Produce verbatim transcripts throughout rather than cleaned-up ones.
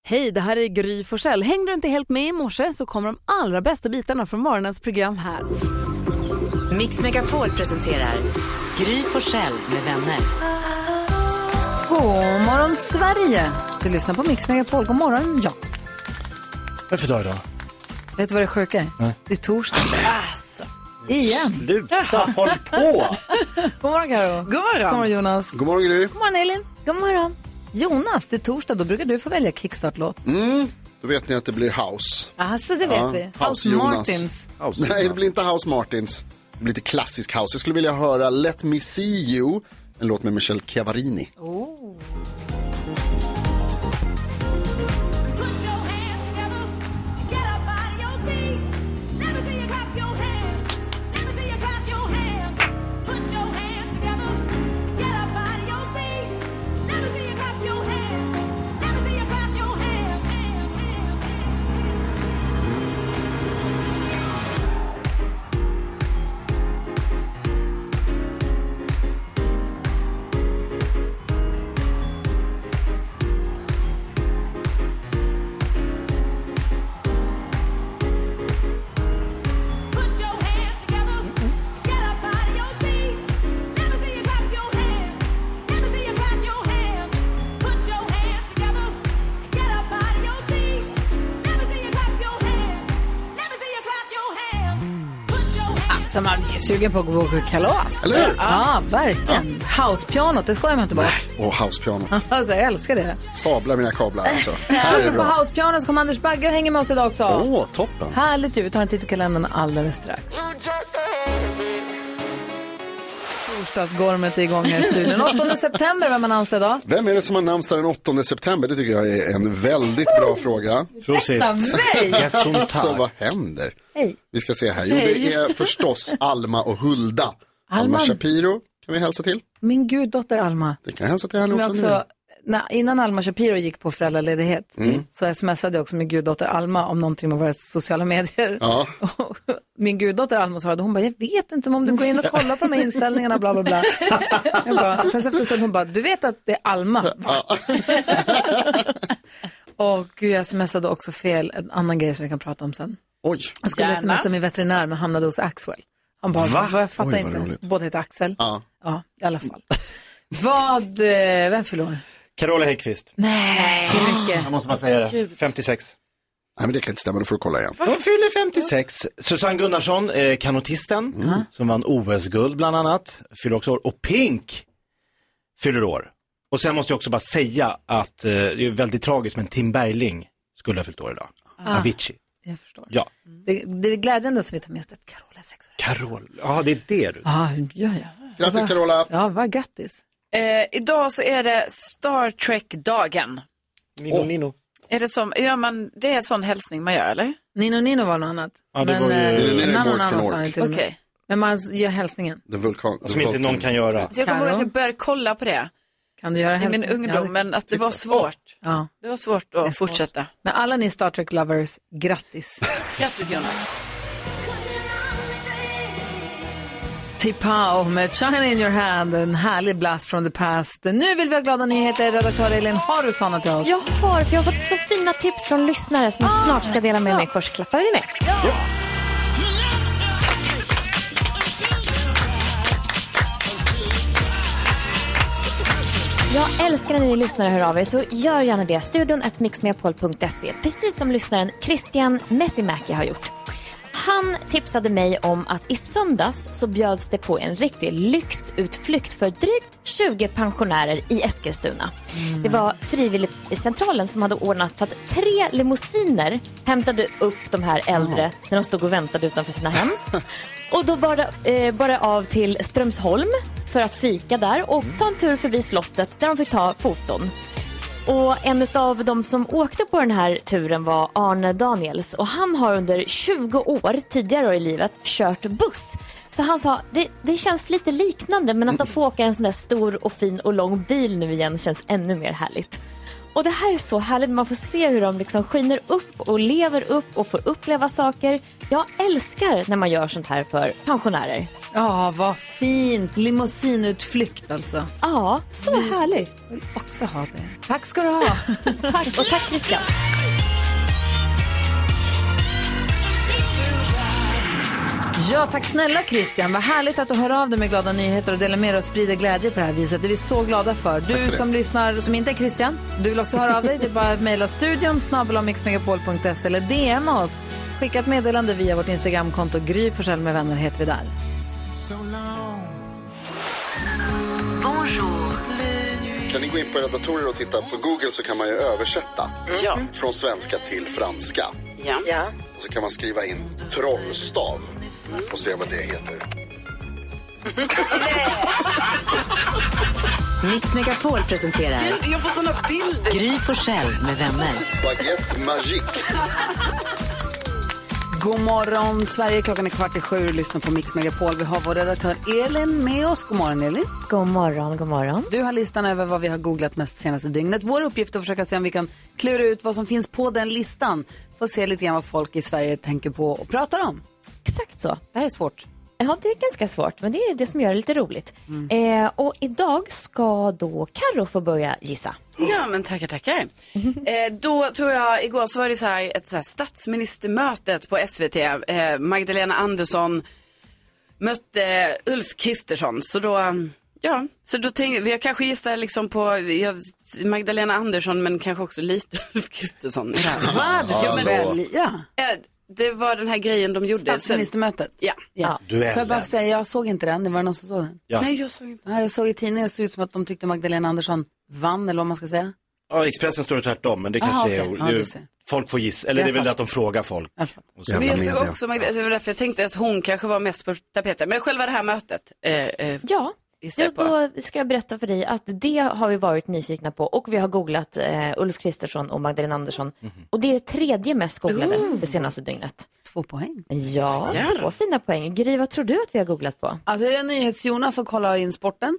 Hej, det här är Gry Forssell. Hängde du inte helt med i morse så kommer de allra bästa bitarna från morgonens program här. Mix Megapol presenterar Gry Forssell med vänner. God morgon Sverige. Du lyssnar på Mix Megapol. God morgon, ja. Vad är för dag idag? Vet du vad det sjuka är? Nej. Det är torsdag. Alltså. Igen. Sluta, håll på! God morgon Karo. God morgon. God morgon Jonas. God morgon Gry. God morgon Elin. God morgon. Jonas, det är torsdag. Då brukar du få välja kickstart-låt. Mm, då vet ni att det blir House. Alltså det vet ja, vi. House, House Jonas. Martins. House Nej, det blir inte House Martins. Det blir lite klassisk house. Jag skulle vilja höra Let Me See You. En låt med Michelle Chiavarini. Oh. Som man är sugen på att gå på kalas. Eller hur? Ja, verkligen. Ja. House-pianot, det skojar man inte bort. Åh, house-pianot. Alltså, jag älskar det. Sablar mina kablar alltså. Här är det på bra. house-pianot så kommer Anders Bagge och hänger med oss idag också. Åh, toppen. Härligt ju, vi tar en titt i kalendern alldeles strax. Torsdagsgormet är igång här i studion. åttonde september, vem är namnsdag idag? Vem är det som har namnsdag den åttonde september? Det tycker jag är en väldigt bra fråga. Prosit. Så vad händer? Hej. Vi ska se här. Jo, det är förstås Alma och Hulda. Alma, Alma Shapiro kan vi hälsa till. Min guddotter Alma. Det kan jag hälsa till henne också, också när, innan Alma Shapiro gick på föräldraledighet mm. så smsade jag också min guddotter Alma om någonting med våra sociala medier. Ja. Min guddotter Alma svarade, hon bara, jag vet inte om du går in och kollar på de här inställningarna, bla bla bla. Jag bara, sen efter stund hon bara, du vet att det är Alma. Ja. Och gud, jag smsade också fel, en annan grej som vi kan prata om sen. Oj. Jag skulle smsa min veterinär men hamnade hos Axwell. Han bara, Va? jag fattar Oj, inte. Roligt. Båda heter Axel. Ja. Ja, i alla fall. Vad, vem förlorar? Carola Häggkvist. Nej, hur mycket? Jag måste bara säga det. femtiosex. Nej, men det kan inte stämma, då får du kolla igen. Hon fyller femtiosex. Susanne Gunnarsson, eh, kanotisten, mm. som vann O S-guld bland annat, fyller också år. Och Pink fyller år. Och sen måste jag också bara säga att eh, det är väldigt tragiskt, men Tim Bergling skulle ha fyllt år idag. Ah. Avicii. Jag förstår. Ja. Det, det är glädjande som vi tar med oss ett Carola sex år. Carol, ja det är det du. Ja, ja, ja. Grattis Carola. Ja, vad grattis. Eh, idag så är det Star Trek-dagen. Nino, oh. Nino. Är det som, ja, man, det är en sån hälsning man gör, eller? Nino, Nino var något annat. Ja, det men var ju... eh, en annan annan sa till okay. Men man gör hälsningen. Det vulkan, det som inte någon kan göra. Så jag kommer ihåg att jag började kolla på det. Kan du göra hälsning? I min ungdom, ja, men att det var svårt. Ja. Det var svårt att fortsätta. Svårt. Men alla ni Star Trek-lovers, grattis. Grattis Jonas. Tipao med Shine in your hand, en härlig blast from the past. Nu vill vi ha glada nyheter. Redaktör Elin, har du sådana till oss? Jag har, för jag har fått så fina tips från lyssnare som jag ah, snart ska dela med så. mig. Först klappar vi med. Ja. Ja. Jag älskar när ni lyssnare hör av er, så gör gärna det. Studion at mixmegapol punkt se, precis som lyssnaren Christian Messimäki har gjort. Han tipsade mig om att i söndags så bjöds det på en riktig lyxutflykt för drygt tjugo pensionärer i Eskilstuna. Mm. Det var frivilligcentralen som hade ordnat så att tre limousiner hämtade upp de här äldre mm. när de stod och väntade utanför sina hem. Och då bara, eh, bara av till Strömsholm för att fika där och ta en tur förbi slottet där de fick ta foton. Och en av de som åkte på den här turen var Arne Daniels. Och han har under tjugo år tidigare i livet kört buss. Så han sa, det, det känns lite liknande, men att få åka en sån där stor och fin och lång bil nu igen känns ännu mer härligt. Och det här är så härligt, man får se hur de liksom skiner upp och lever upp och får uppleva saker. Jag älskar när man gör sånt här för pensionärer. Ja, vad fint. Limousinutflykt alltså. Ja, så härligt. Jag vill också ha det. Tack ska du ha. Tack, och tack Christian. Ja, tack snälla Christian. Vad härligt att du hör av dig med glada nyheter och delar med dig och sprider glädje på det här viset. Det är vi så glada för. Du som lyssnar, som inte är Christian, du vill också höra av dig. Det är bara att mejla studion snabel-a mixmegapol punkt se eller D M oss. Skicka ett meddelande via vårt Instagramkonto. Gry Forssell med vänner heter vi där. Bonjour. Kan ni gå in på era datorer och titta på Google så kan man ju översätta Ja. från svenska till franska. Ja. ja. Och så kan man skriva in trollstav och se vad det heter. Mix Megapol presenterar Gud, jag får såna bilder. Gry Forssell med vänner. Baguette magique. God morgon, Sverige. Klockan är kvart i sju och lyssnar på Mix Megapol. Vi har vår redaktör Elin med oss. God morgon, Elin. God morgon, god morgon. Du har listan över vad vi har googlat mest senaste dygnet. Vår uppgift är att försöka se om vi kan klura ut vad som finns på den listan. Få se lite grann vad folk i Sverige tänker på och pratar om. Exakt så. Det här är svårt. Ja, det är ganska svårt, men det är det som gör det lite roligt. Mm. Eh, och idag ska då Karo få börja gissa. Ja, men tackar, tackar. eh, då tror jag, igår så var det så här ett så här statsministermötet på S V T. Eh, Magdalena Andersson mötte Ulf Kristersson. Så då, ja, så då tänkte vi, jag kanske gissar liksom på ja, Magdalena Andersson, men kanske också lite Ulf Kristersson. Va? Du får välja. Eh, det var den här grejen de gjorde. Statsministermötet? Ja. ja. Får jag bara säga, jag såg inte den. Det var någon som såg den. Ja. Nej, jag såg inte. Ja, jag såg i tidningen, det såg ut som att de tyckte Magdalena Andersson vann, eller vad man ska säga. Ja, Expressen står det tvärtom, men det kanske Aha, är... okay. ja, folk får gissa, eller det är väl att de frågar folk. Jag men jag såg också, det var därför jag tänkte att hon kanske var mest på tapeten. Men själva det här mötet. Eh, eh, ja. Ja, då ska jag berätta för dig att det har vi varit nyfikna på och vi har googlat eh, Ulf Kristersson och Magdalena Andersson. Mm-hmm. Och det är det tredje mest googlade uh. det senaste dygnet. Två poäng. Ja, Stjärn. två fina poäng. Gry, vad tror du att vi har googlat på? Alltså det är NyhetsJonas som kollar in sporten.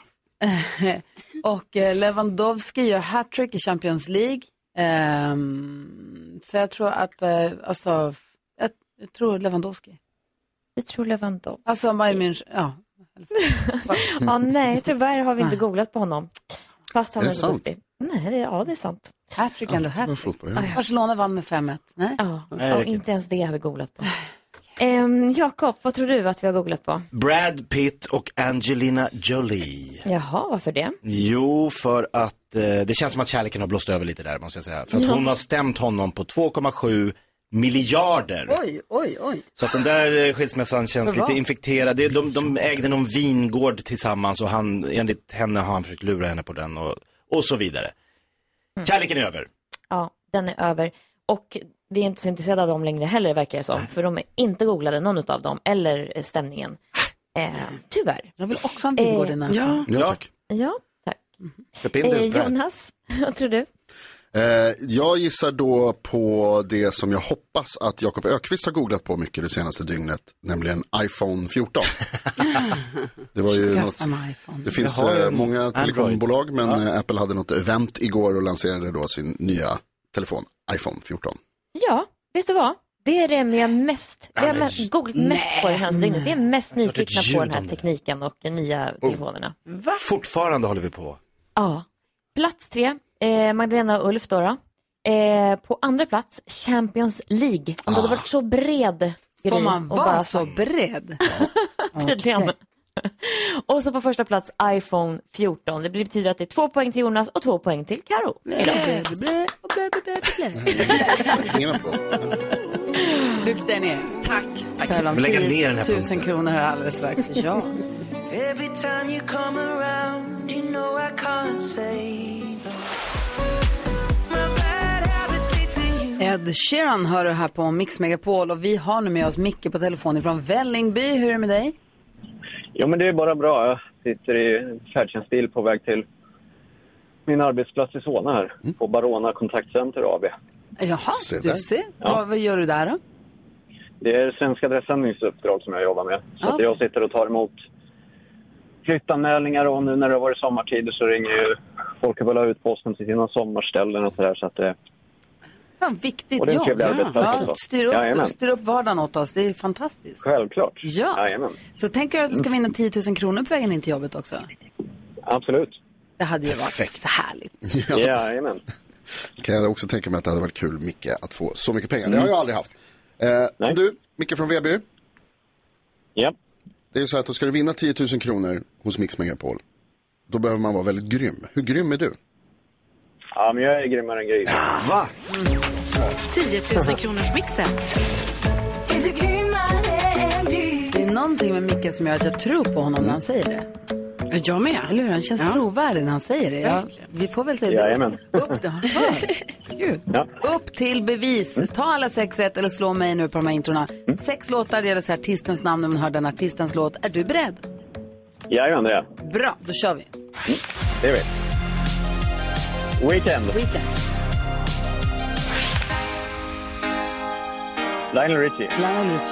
och Lewandowski gör hattrick i Champions League. Um, så jag tror att, uh, alltså, jag, jag tror Lewandowski. Du tror Lewandowski? Alltså, Bayern München, ja. ja, nej, tyvärr har vi inte googlat på honom. Fast han är är så sant? Nej, det, ja, det är sant. Hattrick ändå, hattrick. Ja. Barcelona vann med fem ett. Nej? Ja, nej, ja inte ens det har vi googlat på. um, Jakob, vad tror du att vi har googlat på? Brad Pitt och Angelina Jolie. Jaha, varför det? Jo, för att eh, det känns som att kärleken har blåst över lite där, måste jag säga. För att ja. hon har stämt honom på två komma sju miljarder. Oj, oj, oj. Så att den där skilsmässan känns lite infekterad. Det, de, de ägde någon vingård tillsammans och han, enligt henne har han försökt lura henne på den och, och så vidare. Mm. Kärleken är över. Ja, den är över. Och vi är inte så intresserade av dem längre heller, verkar det som. För de är inte googlade, någon av dem, eller stämningen. Eh, tyvärr. Jag vill också ha en vingård innan. Eh, ja. ja, tack. Ja, tack. Mm. Eh, Jonas, vad tror du? Eh, jag gissar då på det som jag hoppas att Jakob Ökvist har googlat på mycket det senaste dygnet, nämligen iPhone fjorton. Det var ju något, det finns eh, många telekombolag, men ja. eh, Apple hade något event igår och lanserade då sin nya telefon, iPhone fjorton. Ja, vet du vad? Det är det vi har mest, vi har mest, googlat mest nej, på det här dygnet. Vi är mest nyfikna på den här tekniken och de nya oh. telefonerna. Va? Fortfarande håller vi på. Ja. Plats tre. Eh, Magdalena och Ulf då, då. Eh, på andra plats Champions League. Om ah. det hade varit så bred grej. Får man vara bara så bred? Ja. Tydligen. Okay. Och så på första plats iPhone fjorton. Det betyder att det är två poäng till Jonas och två poäng till Karo. Ingen applåd. Duktig ni är. Tack. Tack. Men lägga ner den här tusen punkten. Kronor här alldeles strax. Ja. Every time you come around, you know I can't say. Ed Sheeran hör du här på Mix Megapol och vi har nu med oss Micke på telefon från Vällingby. Hur är det med dig? Jo, men det är bara bra. Jag sitter i färdtjänstbil på väg till min arbetsplats i Solna här. Mm. På Barona Kontaktcenter A B. Jaha, se du ser. Ja. Vad, vad gör du där då? Det är Svenska adressändringsuppdrag som jag jobbar med. Så ah, okay. att jag sitter och tar emot flyttanmälningar och nu när det har varit sommartid så ringer ju folk och vill ha ut posten till sina sommarställen och sådär. Så att det Fan, viktigt Och det är en jobb. trevlig arbetsplats Ja, också. styr, upp, Jajamän. styr upp vardagen åt oss. Det är fantastiskt. Självklart. Ja. Jajamän. Så tänker du att du ska vinna tio tusen kronor på vägen in till jobbet också? Absolut. Det hade ju varit så härligt. Ja. Jajamän. Kan jag också tänka mig att det hade varit kul, Micke, att få så mycket pengar. Det har jag aldrig haft. Eh, du, Micke från V B. Ja. Det är så att då ska du vinna tio tusen kronor hos Mix Megapol. Då behöver man vara väldigt grym. Hur grym är du? Ja, men jag är grymmare än Gry. Va? tio tusen kronors mixen. Det är någonting med Micke som gör att jag tror på honom när han säger det. Jag med. Eller hur? Han känns Ja. trovärdig när han säger det. Ja, vi får väl säga det. Jajamän. Upp, det. Gud. Ja. Upp till bevis. Ta alla sex rätt eller slå mig nu på de här introna. Sex låtar, det gäller så artistens namn när man hör den artistens låt. Är du beredd? Jajamän, det är jag. Bra, då kör vi. Det är vi. Weekend. Weekend. Lionel Richie. Lionel Richie.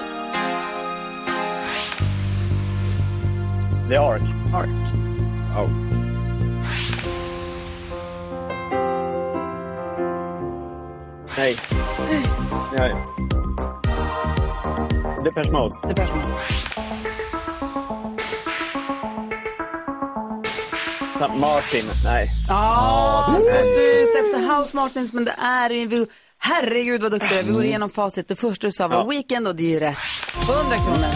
The Ark. Ark. Oh. Nej. Nej. Depeche Mode. Depeche Mode. Martin. Nej. Ja, det såg ut efter House Martins, men det är ju... vi- Herregud vad duktiga vi går igenom facit. Det första du sa var Ja. Weekend och det är ju rätt. hundra kronor.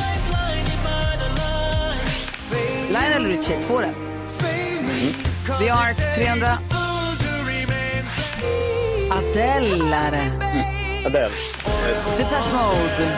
Lionel Richie, två rätt. The Ark, trehundra. Adele är det. Adele. Depeche Mode.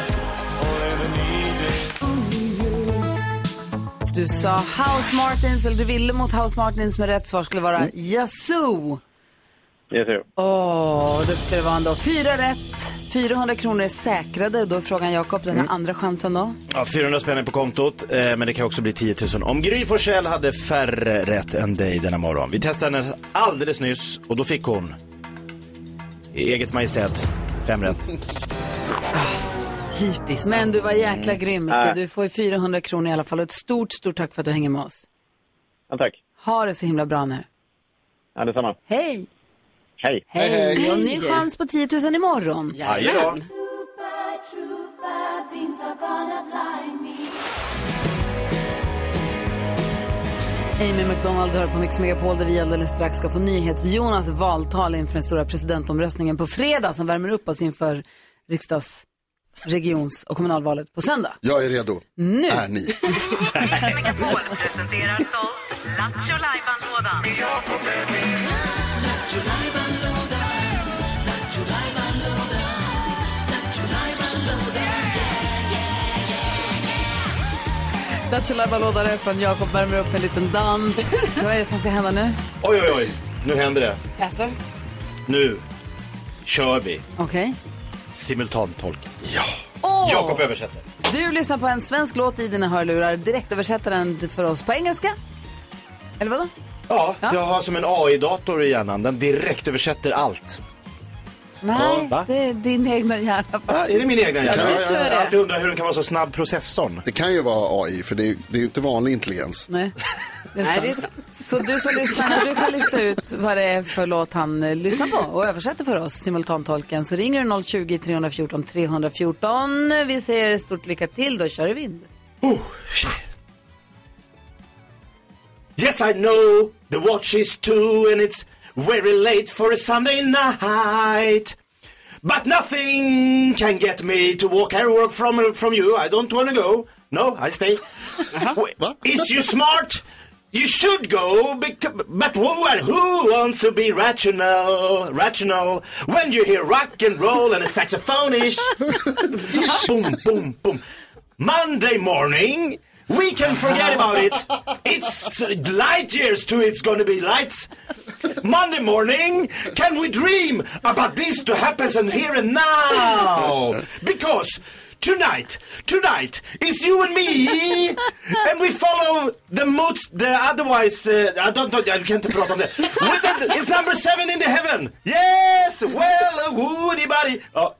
Du sa House Martins, eller du ville mot House Martins, med rätt svar skulle vara Yazoo. Yes, jo. Åh, oh, duktig det var han då. Fyra rätt. fyrahundra kronor är säkrade. Då är frågan Jakob, den här andra chansen då. Ja, fyrahundra spänn på kontot, eh, men det kan också bli tio tusen om Gry Forssell hade färre rätt än dig denna morgon. Vi testade henne alldeles nyss och då fick hon i eget majestät fem rätt. Typiskt. Men du var jäkla grym, Micke. Äh. Du får ju fyrahundra kronor i alla fall. Och ett stort, stort tack för att du hänger med oss. Ja, tack. Ha det så himla bra nu. Ja, detsamma. Hej! Hej. Hej! Hej. Och ny chans på tio tusen imorgon. Varje dag. Amy McDonald hör på Mix Megapol där vi alldeles strax ska få nyhets-Jonas valtal inför den stora presidentomröstningen på fredag som värmer upp oss inför riksdags-, regions- och kommunalvalet på söndag. Jag är redo. Nu. Är ni? Mix Megapol presenterar stolt Lattjo Lajban-lådan. Lattjo Lajban-lådan är öppen. Jakob värmer upp en liten dans. Vad är det som ska hända nu? Oj, oj, oj. Nu händer det. Alltså? Nu kör vi Okej. simultantolk. Ja. Åh! Jakob översätter. Du lyssnar på en svensk låt i dina hörlurar. Direkt översätter den för oss på engelska. Eller vadå? Ja, jag har som en A I-dator i hjärnan. Den direkt översätter allt. Nej, va? det är din egna hjärna. Ja, är det min egna hjärna? Ja, det tror jag jag det. har alltid undrat hur den kan vara så snabb, processorn. Det kan ju vara A I, för det är, det är ju inte vanlig intelligens. Nej. Det är Nej, sant. det är sant. Så du som lyssnar, du kan lista ut vad det är för låt han eh, lyssnar på och översätter för oss, simultantolken. Så ringer du noll tjugo, tre fjorton, tre fjorton. Vi säger stort lycka till, då kör vi vind. Oh, shit. Yes, I know the watch is two and it's very late for a Sunday night. But nothing can get me to walk away from, from you. I don't want to go. No, I stay. Va? Is you smart? You should go, because, but who and who wants to be rational, rational when you hear rock and roll and a saxophone-ish? Boom, boom, boom. Monday morning, we can forget about it. It's light years to it's gonna be lights. Monday morning, can we dream about this to happen and here and now? Because tonight, tonight is you and me, and we follow the moods, the otherwise, uh, I don't know, jag kan inte prata om det. With the, it's number seven in the heaven. Yes, well, a woody buddy. Ja.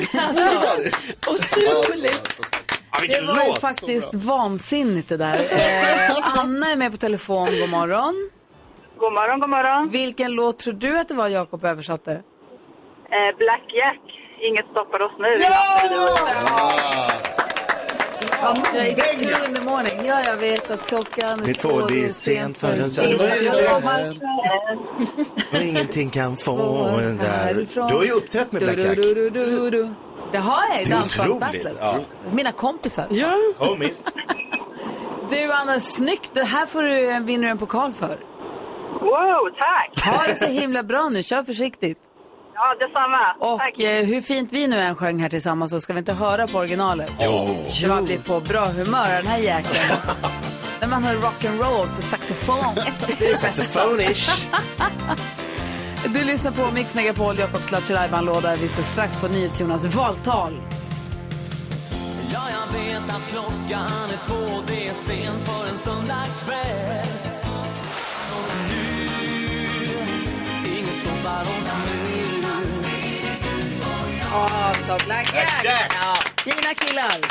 Otroligt. Ja, Det vilken var ju låt. faktiskt vansinnigt det där. Eh, Anna är med på telefon, god morgon. God morgon, god morgon. Vilken låt tror du att det var Jakob översatte? Eh, Black Jack, inget stoppar oss nu. Ja! Ja, it's two in the morning. Ja, jag vet att klockan är två. Det är sent för en söndag. Och ingenting kan få en därifrån. Du har ju uppträtt med Black Jack. Du, du, du, du. Det har jag i dansbandsbattlet. Ja. Mina kompisar. Ja. Oh, miss. Du, Anna, snyggt. Det här får du vinna en pokal för. Wow, tack. Ha det så himla bra nu. Kör försiktigt. Ja, detsamma. Och tack. Eh, hur fint vi nu än sjöng här tillsammans så ska vi inte höra på originalet. Jo. Så man blir på bra humör den här jäkeln. När man hör rock'n'roll på saxofon. Saxofonish. Du lyssnar på Mix Megapol, Jakobs Lattjo Lajban-låda. Vi ska strax få NyhetsJonas valtal. Ja, jag vet att klockan är två, det är sent för en söndag kväll. Och nu, inget stoppar oss nu. Ja, så Black Jack. Ja, fina killar.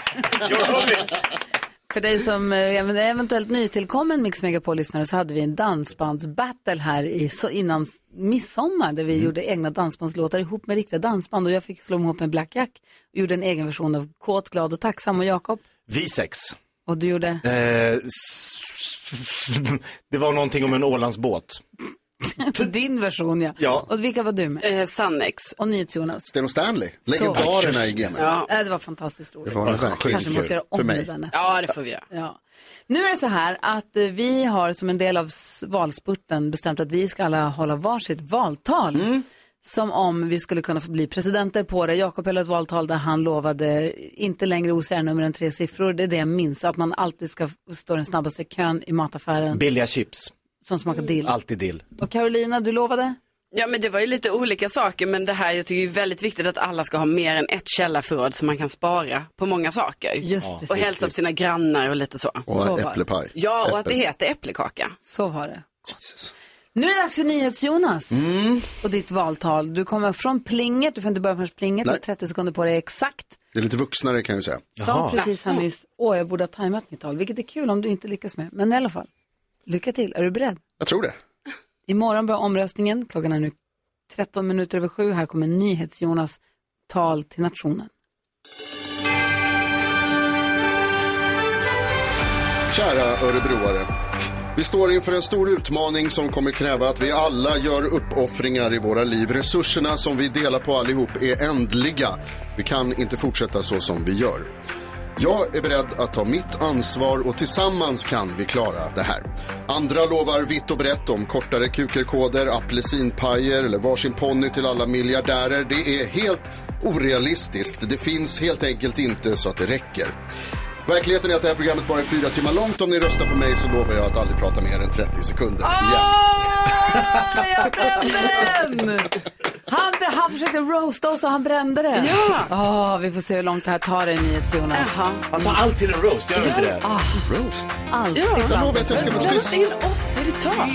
För dig som eh, eventuellt nytillkommen Mix Megapol-lyssnare så hade vi en dansbandsbattle här i, så innan midsommar där vi mm. gjorde egna dansbandslåtar ihop med riktiga dansband och jag fick slå ihop med Black Jack och gjorde en egen version av Kåt, glad och tacksam och Jakob. Vi sex. Och du gjorde? Eh, s- det var någonting om en Ålandsbåt. Din version, ja. ja. Och vilka var du med? Eh, Sannex. Och NyhetsJonas. Sten och Stanley. Legendarerna i gamet. Ja. ja, det var fantastiskt roligt. Det var det verkligen. Kanske måste göra om det där nästa. Ja, det får vi göra. Ja. Nu är det så här att vi har som en del av valspurten bestämt att vi ska alla hålla varsitt valtal. Mm. Som om vi skulle kunna få bli presidenter på det. Jakob höll ett valtal där han lovade inte längre O C R-nummer än tre siffror. Det är det jag minns. Att man alltid ska stå den snabbaste kön i mataffären. Billiga chips. Som smakar dill. Alltid dill. Och Carolina, du lovade? Ja, men det var ju lite olika saker, men det här, jag tycker det är väldigt viktigt att alla ska ha mer än ett källarförråd så man kan spara på många saker. Just ja. precis. Och hälsa på sina grannar och lite så. Och så äpplepaj. Ja, och Äppel. att det heter äppelkaka. Så var det. Jesus. Nu är det dags för NyhetsJonas mm. och ditt valtal. Du kommer från plinget, du får inte börja förrän plinget. Du har trettio sekunder på det exakt. Det är lite vuxnare kan jag säga. Som Jaha. Precis här nyss. Åh, jag borde ha tajmat mitt tal, vilket är kul om du inte lyckas med. Men i alla fall, lycka till. Är du beredd? Jag tror det. Imorgon börjar omröstningen. Klockan är nu tretton minuter över sju. Här kommer NyhetsJonas tal till nationen. Kära örebroare. Vi står inför en stor utmaning som kommer kräva att vi alla gör uppoffringar i våra liv. Resurserna som vi delar på allihop är ändliga. Vi kan inte fortsätta så som vi gör. Jag är beredd att ta mitt ansvar och tillsammans kan vi klara det här. Andra lovar vitt och brett om kortare kukerkoder, apelsinpajer eller varsin ponny till alla miljardärer. Det är helt orealistiskt. Det finns helt enkelt inte så att det räcker. Verkligheten är att det här programmet bara är fyra timmar långt. Om ni röstar på mig så lovar jag att aldrig prata mer än trettio sekunder. Åh, yeah. Jag brände den! Han, han försökte roasta oss och han brände det. Ja. Åh, vi får se hur långt det här tar i NyhetsJonas. Jaha. Han tar allt till en roast, gör ja. inte det? Ah. Roast? Alltid. Ja, jag lovar att jag ska vara tyst. Det är oss i ditt tal.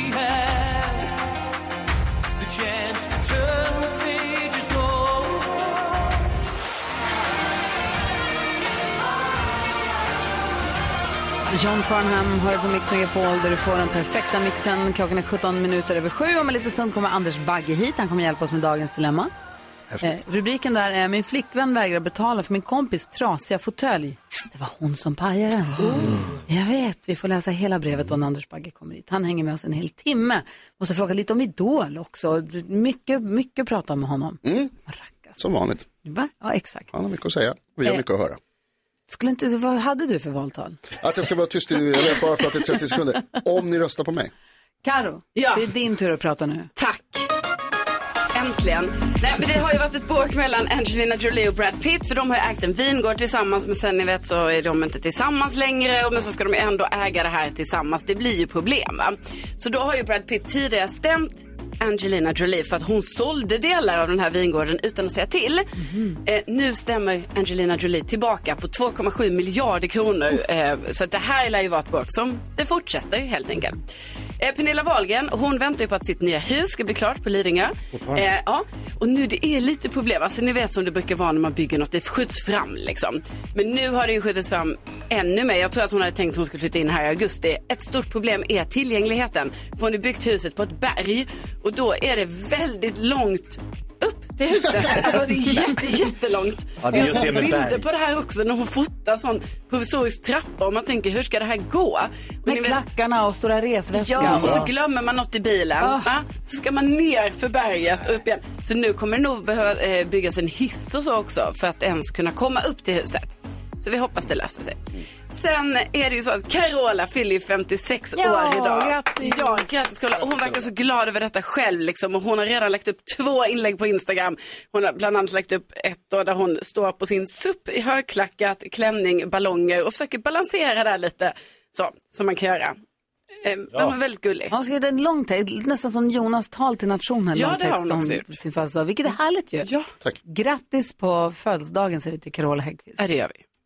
John Farnham hör på Mix Megapol där du får den perfekta mixen. Klockan är sjutton minuter över sju. Om en liten stund kommer Anders Bagge hit. Han kommer hjälpa oss med dagens dilemma. Eh, rubriken där är: min flickvän vägrar betala för min kompis trasiga fåtölj. Det var hon som pajade den. Mm. Jag vet, vi får läsa hela brevet när Anders Bagge kommer hit. Han hänger med oss en hel timme. Måste fråga lite om Idol också. Mycket, mycket att prata med honom. Mm. Som vanligt. Va? Ja, exakt. Han har mycket att säga och vi har mycket att höra. Skulle inte, vad hade du för valtal? Att jag ska vara tyst i, jag vet bara prata i trettio sekunder. Om ni röstar på mig. Karo, ja. Det är din tur att prata nu. Tack. Äntligen. Nej, men det har ju varit ett bråk mellan Angelina Jolie och Brad Pitt. För de har ju ägt en vingård tillsammans. Men sen ni vet så är de inte tillsammans längre. Men så ska de ändå äga det här tillsammans. Det blir ju problem, va? Så då har ju Brad Pitt tidigare stämt Angelina Jolie för att hon sålde delar av den här vingården utan att säga till. Mm. Eh, nu stämmer Angelina Jolie tillbaka på två komma sju miljarder kronor. Eh, så att det här lär ju vara ett bråk som det fortsätter helt enkelt. Eh, Pernilla Wahlgren, hon väntar ju på att sitt nya hus ska bli klart på Lidingö. Eh, ja, och nu det är lite problem. Alltså ni vet som det brukar vara när man bygger något, det skjuts fram liksom. Men nu har det ju skjutits fram ännu mer. Jag tror att hon hade tänkt att hon skulle flytta in här i augusti. Ett stort problem är tillgängligheten. För hon har byggt huset på ett berg och då är det väldigt långt upp till huset. Alltså det är jätte, jättelångt. Ja, det är just det med bilder berg. på det här också när hon fotar sån provisorisk trappa och man tänker, hur ska det här gå? Men Med klackarna och stora resväskan. Ja, och så glömmer man något i bilen. Ah. Va? Så ska man ner för berget och upp igen. Så nu kommer det nog behöva eh, byggas en hiss och så också för att ens kunna komma upp till huset. Så vi hoppas det löser sig. Sen är det ju så att Carola fyller femtiosex Ja, år idag. grattis. Ja, grattis Carola. Och hon verkar så glad över detta själv liksom. Och hon har redan lagt upp två inlägg på Instagram. Hon har bland annat lagt upp ett då där hon står på sin supp i högklackat, klänning, ballonger och försöker balansera där lite så, som man kan göra. Eh, ja. Hon är väldigt gullig. Hon har skrivit en lång text, nästan som Jonas tal till nationen. Ja, det har hon också gjort. Sin födelsedag, vilket är härligt ju. Ja. Tack. Grattis på födelsedagen säger vi till Carola Häggkvist. Ja, det gör vi.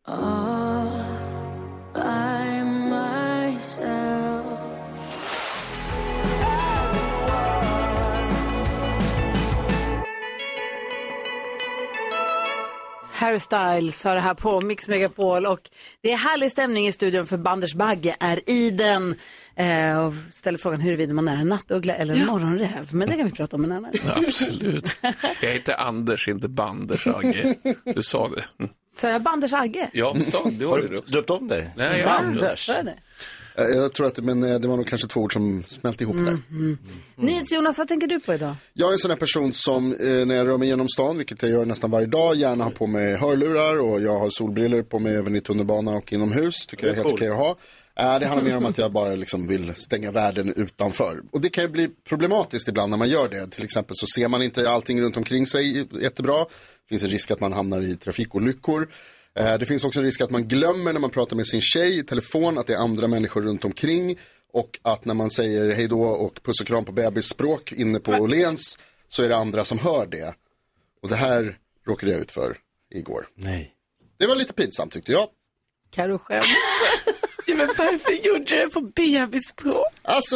Harry Styles har det här på Mix Megapol och det är härlig stämning i studion för Banders Bagge är i den eh, och ställer frågan huruvida man är en nattuggla eller en ja. morgonräv. Men det kan vi prata om en annan. Absolut. Jag heter Anders, inte Banders Agge. Du sa det. Mm. Så jag Banders Agge? Ja, så, det var det då. Döpt om dig? Nej, Banders. Ja, det. Jag tror att det, men det var nog kanske två ord som smälte ihop där. Mm, mm. Mm. Nyhets Jonas, vad tänker du på idag? Jag är en sån här person som eh, när jag rör mig genom stan, vilket jag gör nästan varje dag, gärna har på mig hörlurar och jag har solbriller på mig även i tunnelbana och inomhus. Tycker jag är helt okej att ha. Eh, det handlar mer om att jag bara liksom vill stänga världen utanför. Och det kan ju bli problematiskt ibland när man gör det. Till exempel så ser man inte allting runt omkring sig jättebra. Det finns en risk att man hamnar i trafikolyckor. Det finns också en risk att man glömmer när man pratar med sin tjej i telefon att det är andra människor runt omkring och att när man säger hej då och puss och kram på bebisspråk inne på Åhléns så är det andra som hör det. Och det här råkade jag ut för igår. Nej. Det var lite pinsamt tyckte jag. Karo själv. Ja, men varför gjorde du det på bebisspråk? Alltså,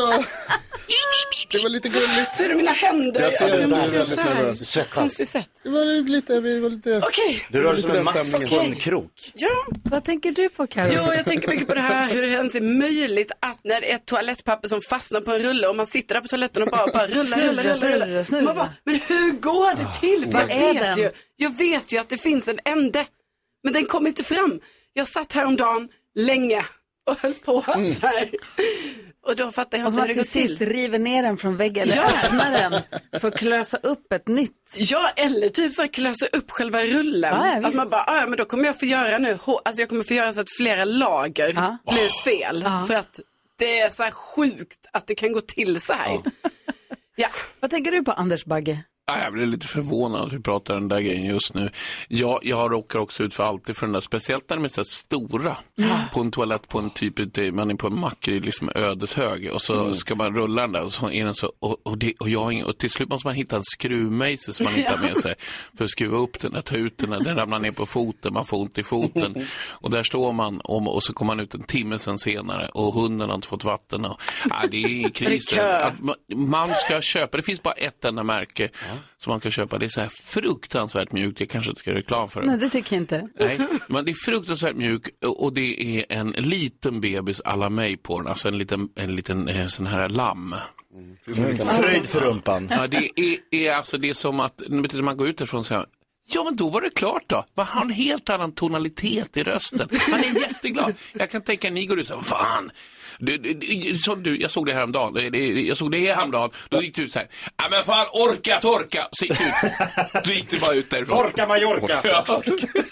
det var lite gulligt. Ser du mina händer? Jag ser jag det, jag är väldigt nervös. Konstigt sätt. Det var lite, vi var lite... Okej. Okay. Du rör dig som en mask på en krok. Ja. Vad tänker du på, Karo? Jo, jag tänker mycket på det här, hur det ens är möjligt att när det är ett toalettpapper som fastnar på en rulle och man sitter där på toaletten och bara, bara rullar, rullar, rullar, rullar, rullar. Man bara, men hur går det till? För jag vet ju, jag vet ju att det finns en ände, men den kommer inte fram. Jag satt här om dagen länge och höll på mm. så här. Och då fattar jag inte hur det går till. Sist river ner den från väggen eller ja. öppnar den för att klösa upp ett nytt. Ja, eller typ så här klösa upp själva rullen. Ja, att man bara, ja men då kommer jag få göra nu, alltså jag kommer få göra så att flera lager ja. blir fel. Ja. För att det är så här sjukt att det kan gå till så här. Ja. Ja. Vad tänker du på, Anders Bagge? Jag blir lite förvånad att vi pratar den där grejen just nu. Jag, jag råkar också ut för alltid för den där, speciellt när de är så stora. Mm. På en toalett, på en typ, man är på en mack i liksom ödeshög och så mm. ska man rulla den där och så är den så, och, och, det, och, jag, och till slut måste man hitta en skruvmejsel som man hittar med sig för att skruva upp den där, ta ut den där, den ramlar ner på foten, man får ont i foten och där står man om, och så kommer man ut en timme sen senare och hunden har inte fått vatten och, ja, det är kris. Att man, man ska köpa, det finns bara ett enda märke som man kan köpa. Det är så här fruktansvärt mjukt. Jag kanske inte ska reklam för det. Nej, det tycker jag inte. Nej, men det är fruktansvärt mjukt och det är en liten bebis alla mig på den. Alltså en liten, en liten eh, sån här lamm. Mm. Fröjd för rumpan. Ja, det är, är alltså det är som att när man går ut därifrån så här, ja, men då var det klart då. Han har en helt annan tonalitet i rösten. Han är jätteglad. Jag kan tänka att ni går ut så här, fan. Du, du, som du, jag såg det häromdagen. Jag såg det häromdagen. Då gick du ut så här. Ja, men fan, orka, torka. Så gick du ut. Då gick du bara ut därifrån. Torka Mallorca. Ja.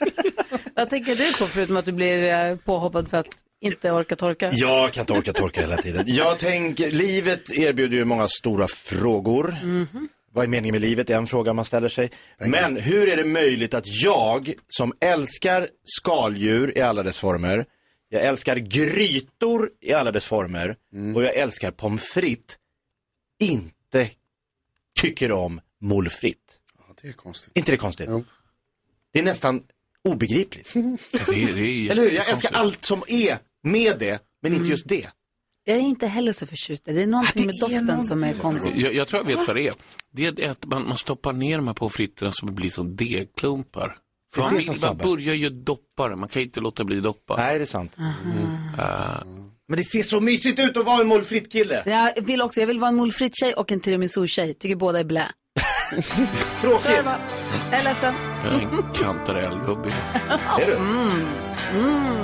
Vad tänker du på förutom att du blir påhoppad för att inte orka torka? Jag kan inte orka torka hela tiden. Jag tänker, livet erbjuder ju många stora frågor. Mm-hmm. Vad är meningen med livet är en fråga man ställer sig. Men hur är det möjligt att jag som älskar skaldjur i alla dess former, jag älskar grytor i alla dess former mm. och jag älskar pommes frites, inte tycker om moules frites? Ja, det är konstigt. Inte det konstigt? Jo. Det är nästan obegripligt. det är, det är Eller hur? Jag älskar allt som är med det, men inte mm. just det. Jag är inte heller så förtjust. Det är någonting med doften någonting. som är konstigt. Jag, jag tror jag vet vad det är. Det är att man, man stoppar ner de här på fritterna som blir som degklumpar. För man, vill, man börjar ju doppa det. Man kan inte låta bli doppa. Nej, det är sant. Mm. Uh. Men det ser så mysigt ut att vara en moules frites kille. Jag vill också, jag vill vara en moules frites tjej och en tiramisu tjej. Tycker båda är blä. Tråkigt. Jag är ledsen. Jag är en kantarellgubbe. Är du? Mm. Mm.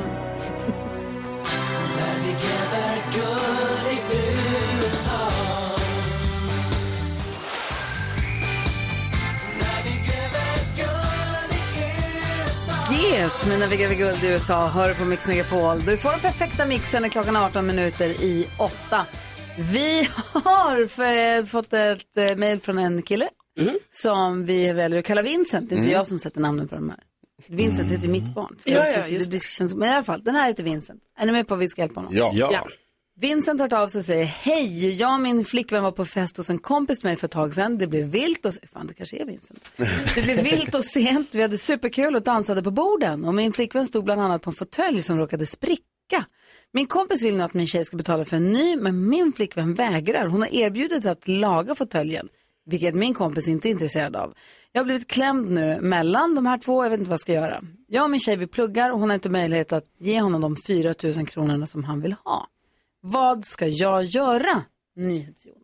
Yes, men när vi gräver guld i U S A hör på Mix Megapol. Du får den perfekta mixen när klockan arton minuter i åtta. Vi har för, fått ett eh, mejl från en kille mm. som vi väljer att kalla Vincent. Det är inte mm. jag som sätter namnen på de här. Vincent mm. heter mitt barn. Ja, ja, just det. Det känns, men i alla fall, den här heter Vincent. Är ni med på att vi ska hjälpa honom? Ja. ja. ja. Vincent har hört av sig och säger: hej, jag och min flickvän var på fest hos en kompis med mig för ett tag sedan. Det blev vilt och... Fan, det kanske är Vincent. Det blev vilt och sent. Vi hade superkul och dansade på borden. Och min flickvän stod bland annat på en fåtölj som råkade spricka. Min kompis vill nu att min tjej ska betala för en ny, men min flickvän vägrar. Hon har erbjudit att laga fåtöljen, vilket min kompis inte är intresserad av. Jag har blivit klämd nu mellan de här två, jag vet inte vad jag ska göra. Jag och min tjej, vi pluggar och hon har inte möjlighet att ge honom de fyra tusen kronorna som han vill ha. Vad ska jag göra? NyhetsJonas.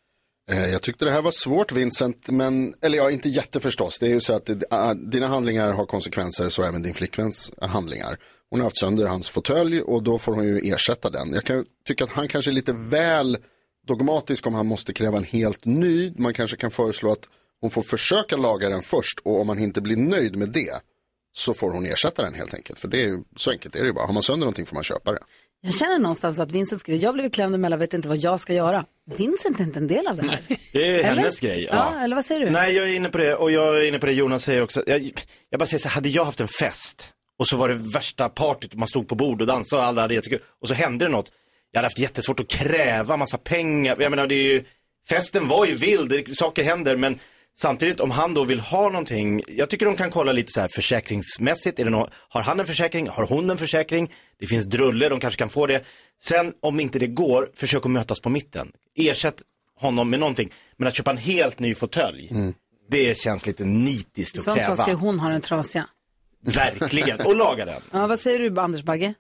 Jag tyckte det här var svårt, Vincent, men, eller ja, inte jätteförstås. Det är ju så att äh, dina handlingar har konsekvenser, så även din flickväns handlingar. Hon har haft sönder hans fåtölj och då får hon ju ersätta den. Jag kan tycka att han kanske är lite väl dogmatisk om han måste kräva en helt ny. Man kanske kan föreslå att hon får försöka laga den först, och om man inte blir nöjd med det så får hon ersätta den helt enkelt. För det är ju, så enkelt är det ju bara. Har man sönder någonting får man köpa det. Jag känner någonstans att Vincent skriver: jag blev klämd emellan, vet inte vad jag ska göra. Vincent är inte en del av det här. Det är eller? hennes grej. Ja. ja, eller vad säger du? Nej, jag är inne på det, och jag är inne på det Jonas säger också. Jag, jag bara säger så här, hade jag haft en fest och så var det värsta partyt och man stod på bord och dansade och alla hade jättekul, och så hände det något. Jag hade haft jättesvårt att kräva massa pengar. Jag menar, det är ju, festen var ju vild, saker händer, men samtidigt om han då vill ha någonting, jag tycker de kan kolla lite så här försäkringsmässigt. Är det någon, har han en försäkring? Har hon en försäkring? Det finns druller, de kanske kan få det. Sen om inte det går, försök att mötas på mitten. Ersätt honom med någonting. Men att köpa en helt ny fåtölj, mm. det känns lite nitiskt att kräva. I sånt fall ska hon ha en trasiga. Verkligen, och laga den. Ja, vad säger du, Anders Bagge?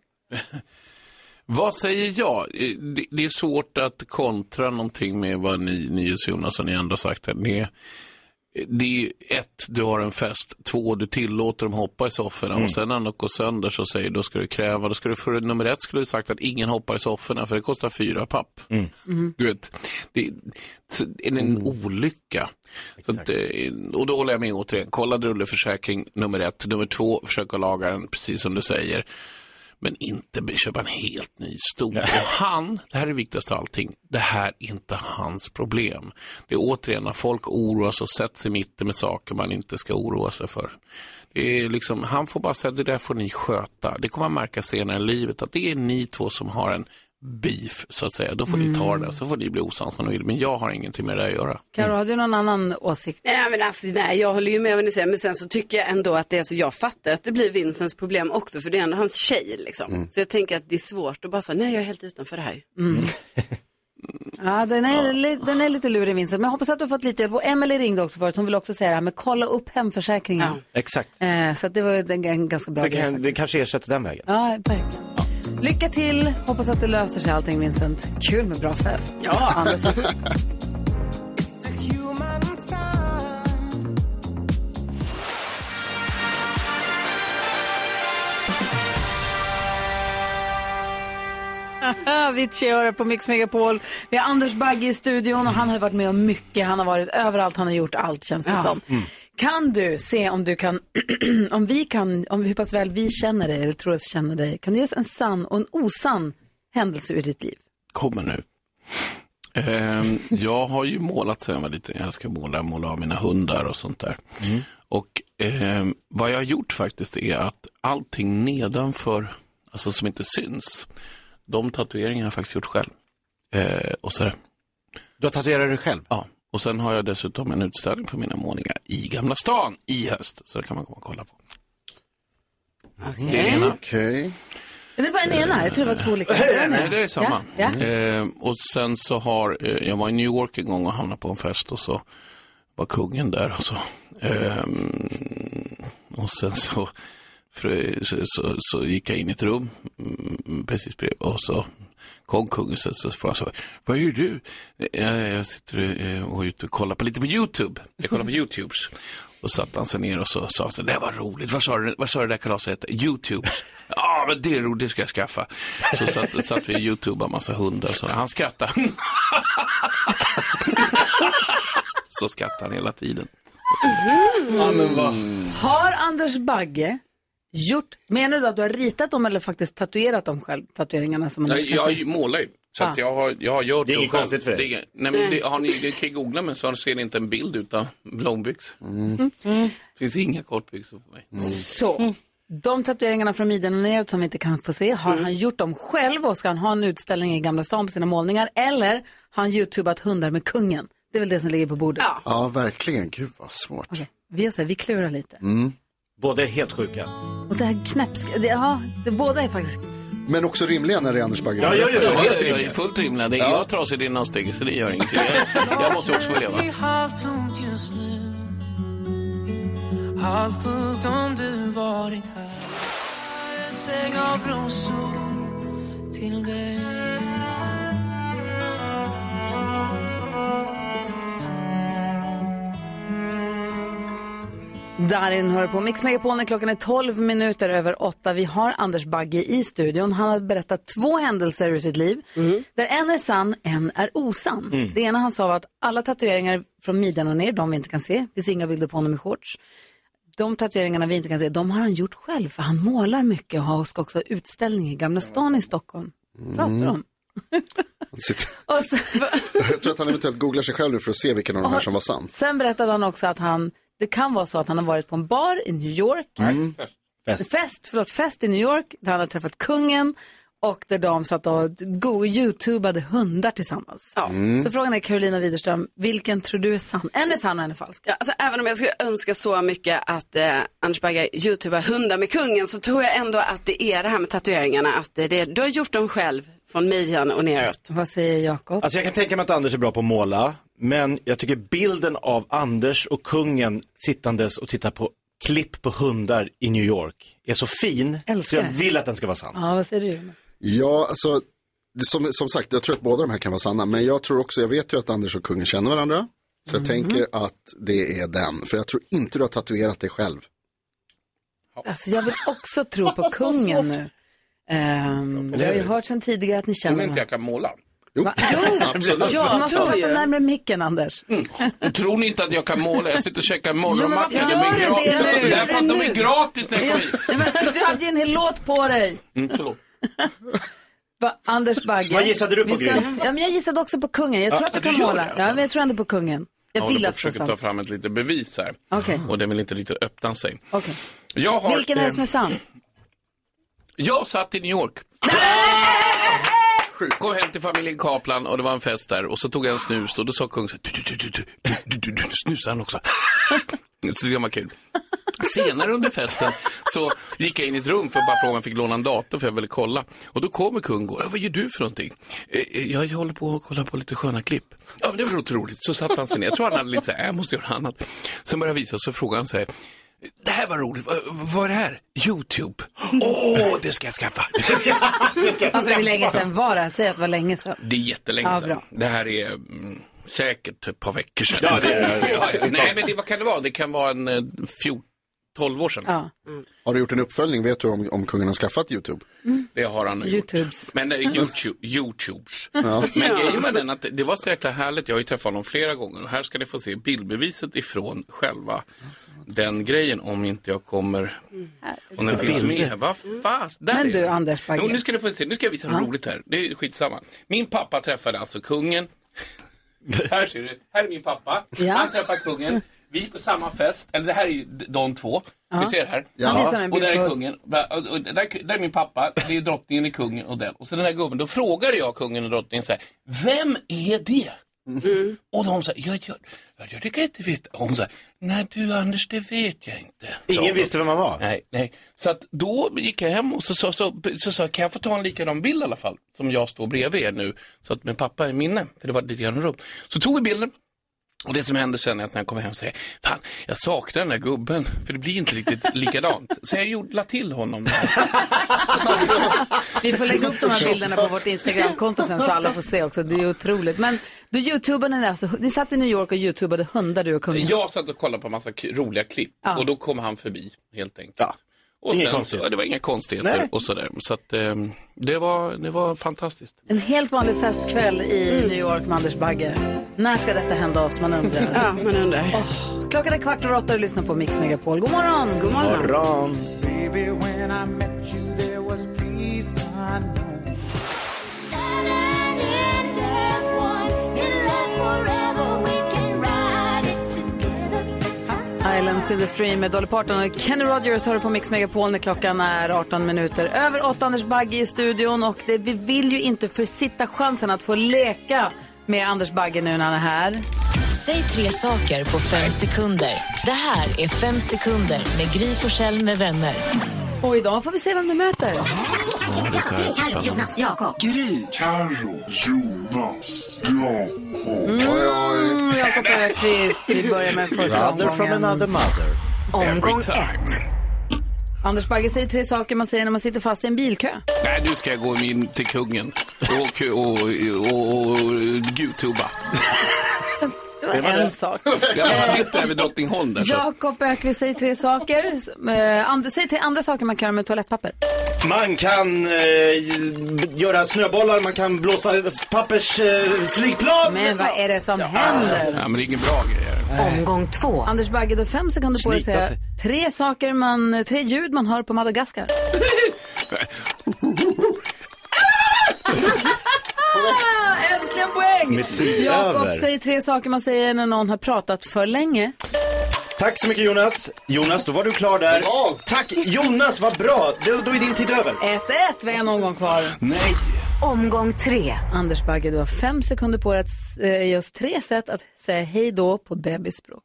Vad säger jag? Det, det är svårt att kontra någonting med vad ni, NyhetsJonas och ni andra sagt här. Det, det är ett, du har en fest. Två, du tillåter dem hoppa i sofforna. Mm. Och sen när något går sönder så säger då ska du kräva. Då ska du för nummer ett skulle du sagt att ingen hoppar i sofforna, för det kostar fyra papp. Mm. Mm. Du vet, det, det är en mm. olycka. Så att, och då håller jag med återigen. Kolla drulleförsäkring nummer ett. Nummer två, försöka laga den precis som du säger. Men inte köpa en helt ny stol. Och han, det här är det viktigaste av allting, det här är inte hans problem. Det är återigen när folk oroar sig och sätter sig mitt med saker man inte ska oroa sig för. Det är liksom, han får bara säga, det där får ni sköta. Det kommer man märka senare i livet att det är ni två som har en beef, så att säga. Då får mm. ni ta det, så får ni bli osams om ni vill. Men jag har ingenting med det att göra. Karo, har du någon annan åsikt? Nej, men alltså, nej, jag håller ju med vad ni säger. Men sen så tycker jag ändå att det är så, jag fattar att det blir Vincents problem också, för det är ändå hans tjej liksom. Mm. Så jag tänker att det är svårt att bara säga, nej, jag är helt utanför det här. Mm. Ja, den är, ja. den är lite lurig, Vincent. Men jag hoppas att du har fått lite hjälp. Och Emily ringde också förut. Hon vill också säga det här med kolla upp hemförsäkringen. Ja. Exakt. Eh, så att det var en, en ganska bra det grej. Kan, det kanske ersätts den vägen. Ja, verkligen. Ja. Lycka till. Hoppas att det löser sig allting, Vincent. Kul med bra fest. Ja, Anders. Avicii hör på Mix Megapol. Vi har Anders Bagge i studion och han har varit med om mycket. Han har varit överallt, han har gjort allt, känns det ja. som. Mm. Kan du se om du kan, om vi kan, om hur pass väl vi känner dig eller tror att vi känner dig, kan du ge oss en sann och en osann händelse ur ditt liv? Kommer nu. Um, jag har ju målat sen jag var lite, jag ska måla, måla av mina hundar och sånt där. Mm. Och um, vad jag har gjort faktiskt är att allting nedanför, alltså som inte syns, de tatueringarna har jag faktiskt gjort själv. Uh, och så Du har tatuerat dig själv? Ja. Och sen har jag dessutom en utställning på mina målningar i Gamla stan i höst. Så det kan man komma och kolla på. Okay. Det är det ena. Okay. Det är bara den ena, jag tror det var två olika. Nej, det är samma. Ja. Ja. Eh, och sen så har, eh, jag var i New York en gång och hamnade på en fest och så var kungen där och så. Eh, och sen så, för, så, så, så gick jag in i ett rum precis bredvid och så kom kungen så, så frågade han så, vad gör du? Jag, jag sitter och är ute och kollar på lite på YouTube. Jag kollar på YouTubes. Och satt han sig ner och så sa så, det var roligt. Vad sa du, vad sa du där kalaset heter? YouTube. Ja, men det är roligt, det ska jag skaffa. Så satt, satt vi i YouTube en massa hundar. Så han skrattade. Så skrattade han hela tiden. Mm. Ja, men vad? Har Anders Bagge gjort, menar du att du har ritat dem eller faktiskt tatuerat dem själv, tatueringarna som man Nej, jag se? målar ju. Så att jag har, jag har gjort det är inget konstigt för dig. Det är, nej, men det, har ni, det kan googla men så ser ni inte en bild utan långbyx. Mm. Mm. Det finns inga kortbyxor på mig. Mm. Så, de tatueringarna från midjan och neråt som vi inte kan få se, har mm. han gjort dem själv och ska han ha en utställning i Gamla stan på sina målningar eller har han YouTubeat hundar med kungen? Det är väl det som ligger på bordet. Ja, ja verkligen. Gud vad svårt. Okay. Vi har så här, vi klurar lite. Mm. Båda är helt sjuka. Och det här knäppska, det, ja, det, båda är faktiskt... Men också rimliga när det är Anders Bagge. Ja, jag, jag, jag, jag, jag är fullt rimliga. Det är ja. jag trasig i dina steg, så det gör inget. Jag, jag måste också få leva. Halvfullt om du varit här. En säng av rosor till dig. Darin hör på Mix Megapol när klockan är tolv minuter över åtta. Vi har Anders Bagge i studion. Han har berättat två händelser ur sitt liv. Mm. Där en är sann, en är osann. Mm. Det ena han sa var att alla tatueringar från midjan och ner, de vi inte kan se. Det finns inga bilder på honom i shorts. De tatueringarna vi inte kan se, de har han gjort själv. För han målar mycket och har också ha utställning i Gamla stan i Stockholm. Mm. Pratar om. och så, jag tror att han eventuellt googlar sig själv nu för att se vilken av de här som var sann. Sen berättade han också att han det kan vara så att han har varit på en bar i New York. Mm. Fest. Fest. Fest, förlåt, fest i New York. Där han har träffat kungen. Och där de satt och go- YouTubade hundar tillsammans. Ja. Mm. Så frågan är, Carolina Widerström, vilken tror du är sann? En är sann och en är falsk. Ja, alltså, även om jag skulle önska så mycket att eh, Anders Bagge YouTubar hundar med kungen, så tror jag ändå att det är det här med tatueringarna. Att det, det, du har gjort dem själv från midjan och neråt. Vad säger Jakob? Alltså jag kan tänka mig att Anders är bra på att måla. Men jag tycker bilden av Anders och kungen sittandes och tittar på klipp på hundar i New York är så fin. Älskar. Så jag vill att den ska vara sann. Ja, vad säger du? Ja, alltså som, som sagt, jag tror att båda de här kan vara sanna. Men jag tror också, jag vet ju att Anders och kungen känner varandra. Så jag mm. tänker att det är den. För jag tror inte du har tatuerat dig själv. Alltså jag vill också tro på kungen nu. Um, jag har ju hört sedan tidigare att ni känner honom. Om inte jag kan måla. Jo, absolut. Ja, man ska prata närmare micken, Anders. Mm. Tror ni inte att jag kan måla? Jag sitter och checkar morgonmackan. Ja, de är gratis. Därför att de är gratis när jag kommer. Du hade ju en hel låt på dig. Mm, förlåt. Va, Anders Bagge. Vad gissade du på, ska, ja, men jag gissade också på kungen. Jag tror ja, att du kan måla. Alltså. Ja, men jag tror ändå på kungen. Jag vill att försöka ta fram ett litet bevis här. Okay. Och den vill inte riktigt öppna sig. Okay. Jag har, Vilken är det som är sann? Jag satt i New York. Kom hem till familjen Kaplan och det var en fest där. Och så tog jag en snus och då sa kungen så du snusar han också. Så det var kul. Senare under festen så gick jag in i ett rum för att bara fråga om jag fick låna en dator för jag ville kolla. Och då kommer kungen och vad gör du för någonting? Jag, jag håller på att kolla på lite sköna klipp. Ja, men det var otroligt. Så satt han sig ner. Jag tror han hade lite så här, jag måste göra något annat. Sen började jag visa och så frågade han så här, det här var roligt. Vad är det här? YouTube. Åh, oh, det ska jag skaffa. Det ska, det ska jag alltså hur länge sedan var det? Säg att det var länge sedan. Det är jättelänge ja, sedan. Bra. Det här är mm, säkert ett par veckor sedan. Ja, det är, ja, ja. Nej, men det, vad kan det vara? Det kan vara en fjorton tolv år sedan. Ja. Mm. Har du gjort en uppföljning? Vet du om, om kungen har skaffat YouTube? Mm. Det har han YouTubes. gjort. Men uh, YouTube, YouTubes. Ja. Men grejen med den att det var så jäkla härligt. Jag har ju träffat honom flera gånger. Och här ska ni få se bildbeviset ifrån själva alltså, den grejen. Om inte jag kommer... Mm. Om den finns med. Vad fast? Där Men du, är Anders Bagge. Nu ska ni få se. Nu ska jag visa något ja. roligt här. Det är skitsamma. Min pappa träffade alltså kungen. Här ser du. Här är min pappa. Ja. Han träffar kungen. Vi på samma fest, eller det här är de två. Ja. Vi ser här. Ja. Och där är kungen. Och där, där är min pappa, det är drottningen, är kungen och den. Och så den här gubben, då frågade jag kungen och drottningen så här, vem är det? Mm. Och de sa, ja, ja, ja, det kan jag inte veta. Och hon sa, nej du Anders, det vet jag inte. Ingen så, visste vem man var. Nej, nej. Så att då gick jag hem och så sa, så, så, så, så, kan jag få ta en likadan bild i alla fall? Som jag står bredvid er nu. Så att min pappa är minne, för det var lite grann rum. Så tog vi bilden. Och det som händer sen är att när jag kommer hem och säger, fan, jag saknar den där gubben, för det blir inte riktigt likadant. Så jag gjorde la till honom. Vi får lägga upp de här bilderna på vårt Instagram-konto sen så alla får se också. Det är otroligt. Men du youtubade alltså, ni satt i New York och youtubade hundar du och kungen. Jag satt och kollade på en massa k- roliga klipp Ja. och då kom han förbi helt enkelt. Ja. Och Inga sen, konstigheter. så, det var inga konstigheter Nej. och sådär. Så att eh, det, var, det var fantastiskt. En helt vanlig festkväll i New York med Anders Bagge. När ska detta hända oss, man undrar. Ja, man undrar. Oh, klockan är kvart och åtta och lyssnar på Mix Megapol. God morgon! God morgon. Morgon. Baby, when I met you there was peace unknown. Islands in the Stream med Dolly Parton och Kenny Rogers har du på Mix Megapol när klockan är arton minuter över åtta. Anders Bagge i studion och det, vi vill ju inte försitta chansen att få leka med Anders Bagge nu när han är här. Säg tre saker på fem sekunder. Det här är fem sekunder med Gry Forssell med vänner. Och idag får vi se vem du möter. Jonas, Jakob. Gry, Carro, Jonas, Jakob. Mm, Jakob Öqvist, vi börjar med första Brother omgången. from another mother. Omgång ett. Anders Bagge säger tre saker man säger när man sitter fast i en bilkö. Nej, nu ska jag gå in till kungen och, och, och, och, och youtuba. Det var, Det var en det. sak. Jag sitter över Drottningholm där. Så. Jakob Öqvist säger tre saker. Eh, and, säg tre andra saker man kan göra med toalettpapper. Man kan eh, göra snöbollar, man kan blåsa pappersflygplan. Eh, flygplan. Men vad är det som händer? Ja, men det är ingen bra grejer. Omgång två. Anders Bagge, du har fem sekunder på dig att Snyta säga sig. tre saker man, tre ljud man hör på Madagaskar. Ah, äntligen poäng! Med tid Jakob över. säger tre saker man säger när någon har pratat för länge. Tack så mycket Jonas. Jonas, då var du klar där. Ja. Tack Jonas, vad bra. Då, då är din tid över. ett ett, vi har någon gång kvar. Nej. Omgång tre. Anders Bagge, du har fem sekunder på dig att eh, ge oss tre sätt att säga hej då på bebisspråk.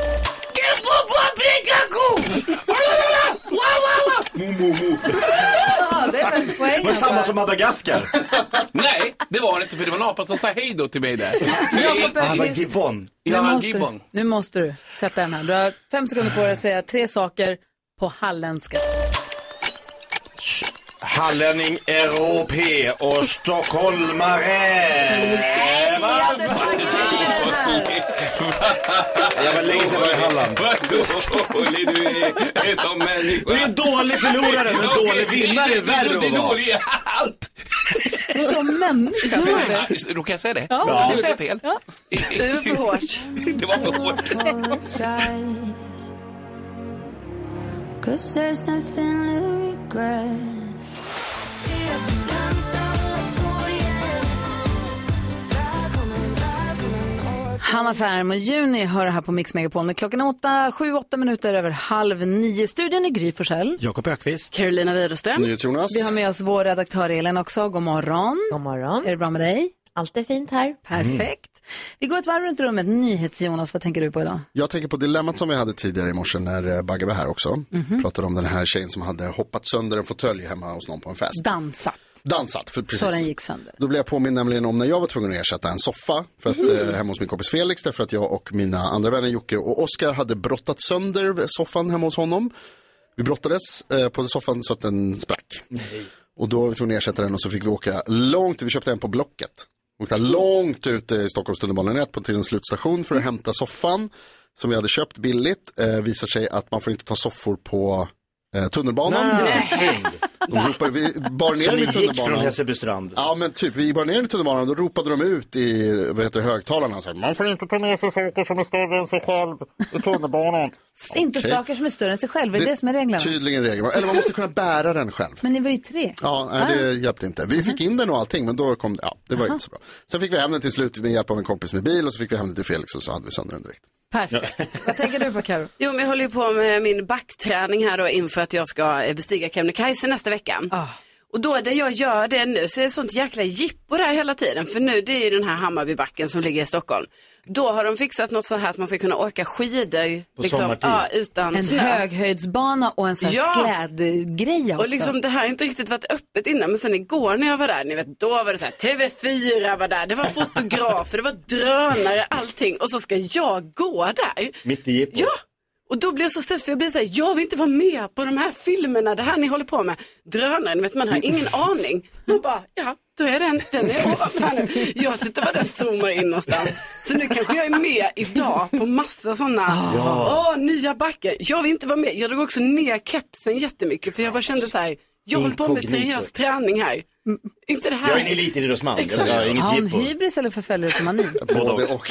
Ja, det är väl poäng. Det var samma som Madagaskar. Nej, det var det inte, för det var en apa som sa hej då till mig där. Jakob Ah, vad Öqvist, gibbon. nu, Ja, måste du, gibbon. nu måste du sätta den här. Du har fem sekunder på dig att säga tre saker på halländska. Hallänning, europé och stockholmare. Anders Bagge vinner den här. Jag var länge sedan jag var i Halland. Vad dålig du är som människa. Du är en dålig förlorare, men dålig vinnare är värre Det att är vara. dålig i allt. Som människa. Råkar jag säga det? Ja, Det var fel. Ja. Det är för hårt. Det var för hårt. Cause there's nothing to regret. Hanna Färm och Juni hör här på Mix Megapol när klockan är åtta, sju, åtta minuter över halv nio. Studion är Gry Forssell. Jakob Öqvist. Carolina Widerström. Jonas. Vi har med oss vår redaktör Elin också. God morgon. God morgon. Är det bra med dig? Allt är fint här. Perfekt. Vi går ett varv runt rummet. NyhetsJonas, vad tänker du på idag? Jag tänker på dilemmat som vi hade tidigare i morse när Bagge var här också. Mm-hmm. Pratade om den här tjejen som hade hoppat sönder en fåtölj hemma hos någon på en fest. Dansat. Dansat, för precis. Så den gick sönder. Då blev jag påminn nämligen om när jag var tvungen att ersätta en soffa för att, Mm. eh, hemma hos min kompis Felix. Därför att jag och mina andra vänner Jocke och Oskar hade brottat sönder soffan hemma hos honom. Vi brottades eh, på soffan så att den sprack. Nej. Och då var vi tvungna att ersätta den och så fick vi åka långt. Vi köpte en på Blocket. Åkte långt ut i Stockholms tunnelbanenät på till en slutstation för att hämta soffan som vi hade köpt billigt. Eh, visar sig att man får inte ta soffor på eh, tunnelbanan. Nej, synd. De ropade, vi bar ner Så den ni i gick tunnelbanan. från Hässelbystrand? Ja, men typ, vi bar ner den i tunnelbanan och då ropade de ut i, vad heter det, högtalarna. Så här, man får inte ta med sig saker som är större än sig själv i tunnelbanan. Inte Okej. saker som är större än sig själv, är det det som är reglerna? Tydligen reglerna. Eller man måste kunna bära den själv. Men ni var ju tre. Ja, nej, det hjälpte inte. Vi fick in den och allting, men då kom det, ja, det var inte så bra. Sen fick vi hem den till slut med hjälp av en kompis med bil och så fick vi hem den till Felix och så hade vi sönder den direkt. Perfekt. Vad tänker du på, Karo? Jo, men jag håller ju på med min backträning här då inför att jag ska bestiga Kebnekaise nästa vecka. Ah. Och då där jag gör det nu så är det sånt jäkla jippo där hela tiden. För nu det är ju den här Hammarbybacken som ligger i Stockholm. Då har de fixat något så här att man ska kunna åka skidor liksom, ja, utan en snö. höghöjdsbana och en sån här Ja. slädgrej också. Och liksom det här har inte riktigt varit öppet innan, men sen igår när jag var där, ni vet, då var det så här, T V fyra var där, det var fotografer, det var drönare, allting. Och så ska jag gå där. Mitt i jippot. Ja. Och då blir jag så stressad för jag blir så här, jag vill inte vara med på de här filmerna, det här ni håller på med. Drönaren, vet man har ingen aning. Man bara, ja, då är den, den är ovanför nu. Jag vet inte vad den zoomar in någonstans. Så nu kanske jag är med idag på massa sådana, Ja. åh, nya backar. Jag vill inte vara med, jag drog också ner kepsen jättemycket för jag bara kände så här, jag håller på med seriös träning här. Mm, inte det här. Jag är en elitidrottsman. Exakt. Jag har inget Har hon jippo. hybris eller förföljelsemani? Både och.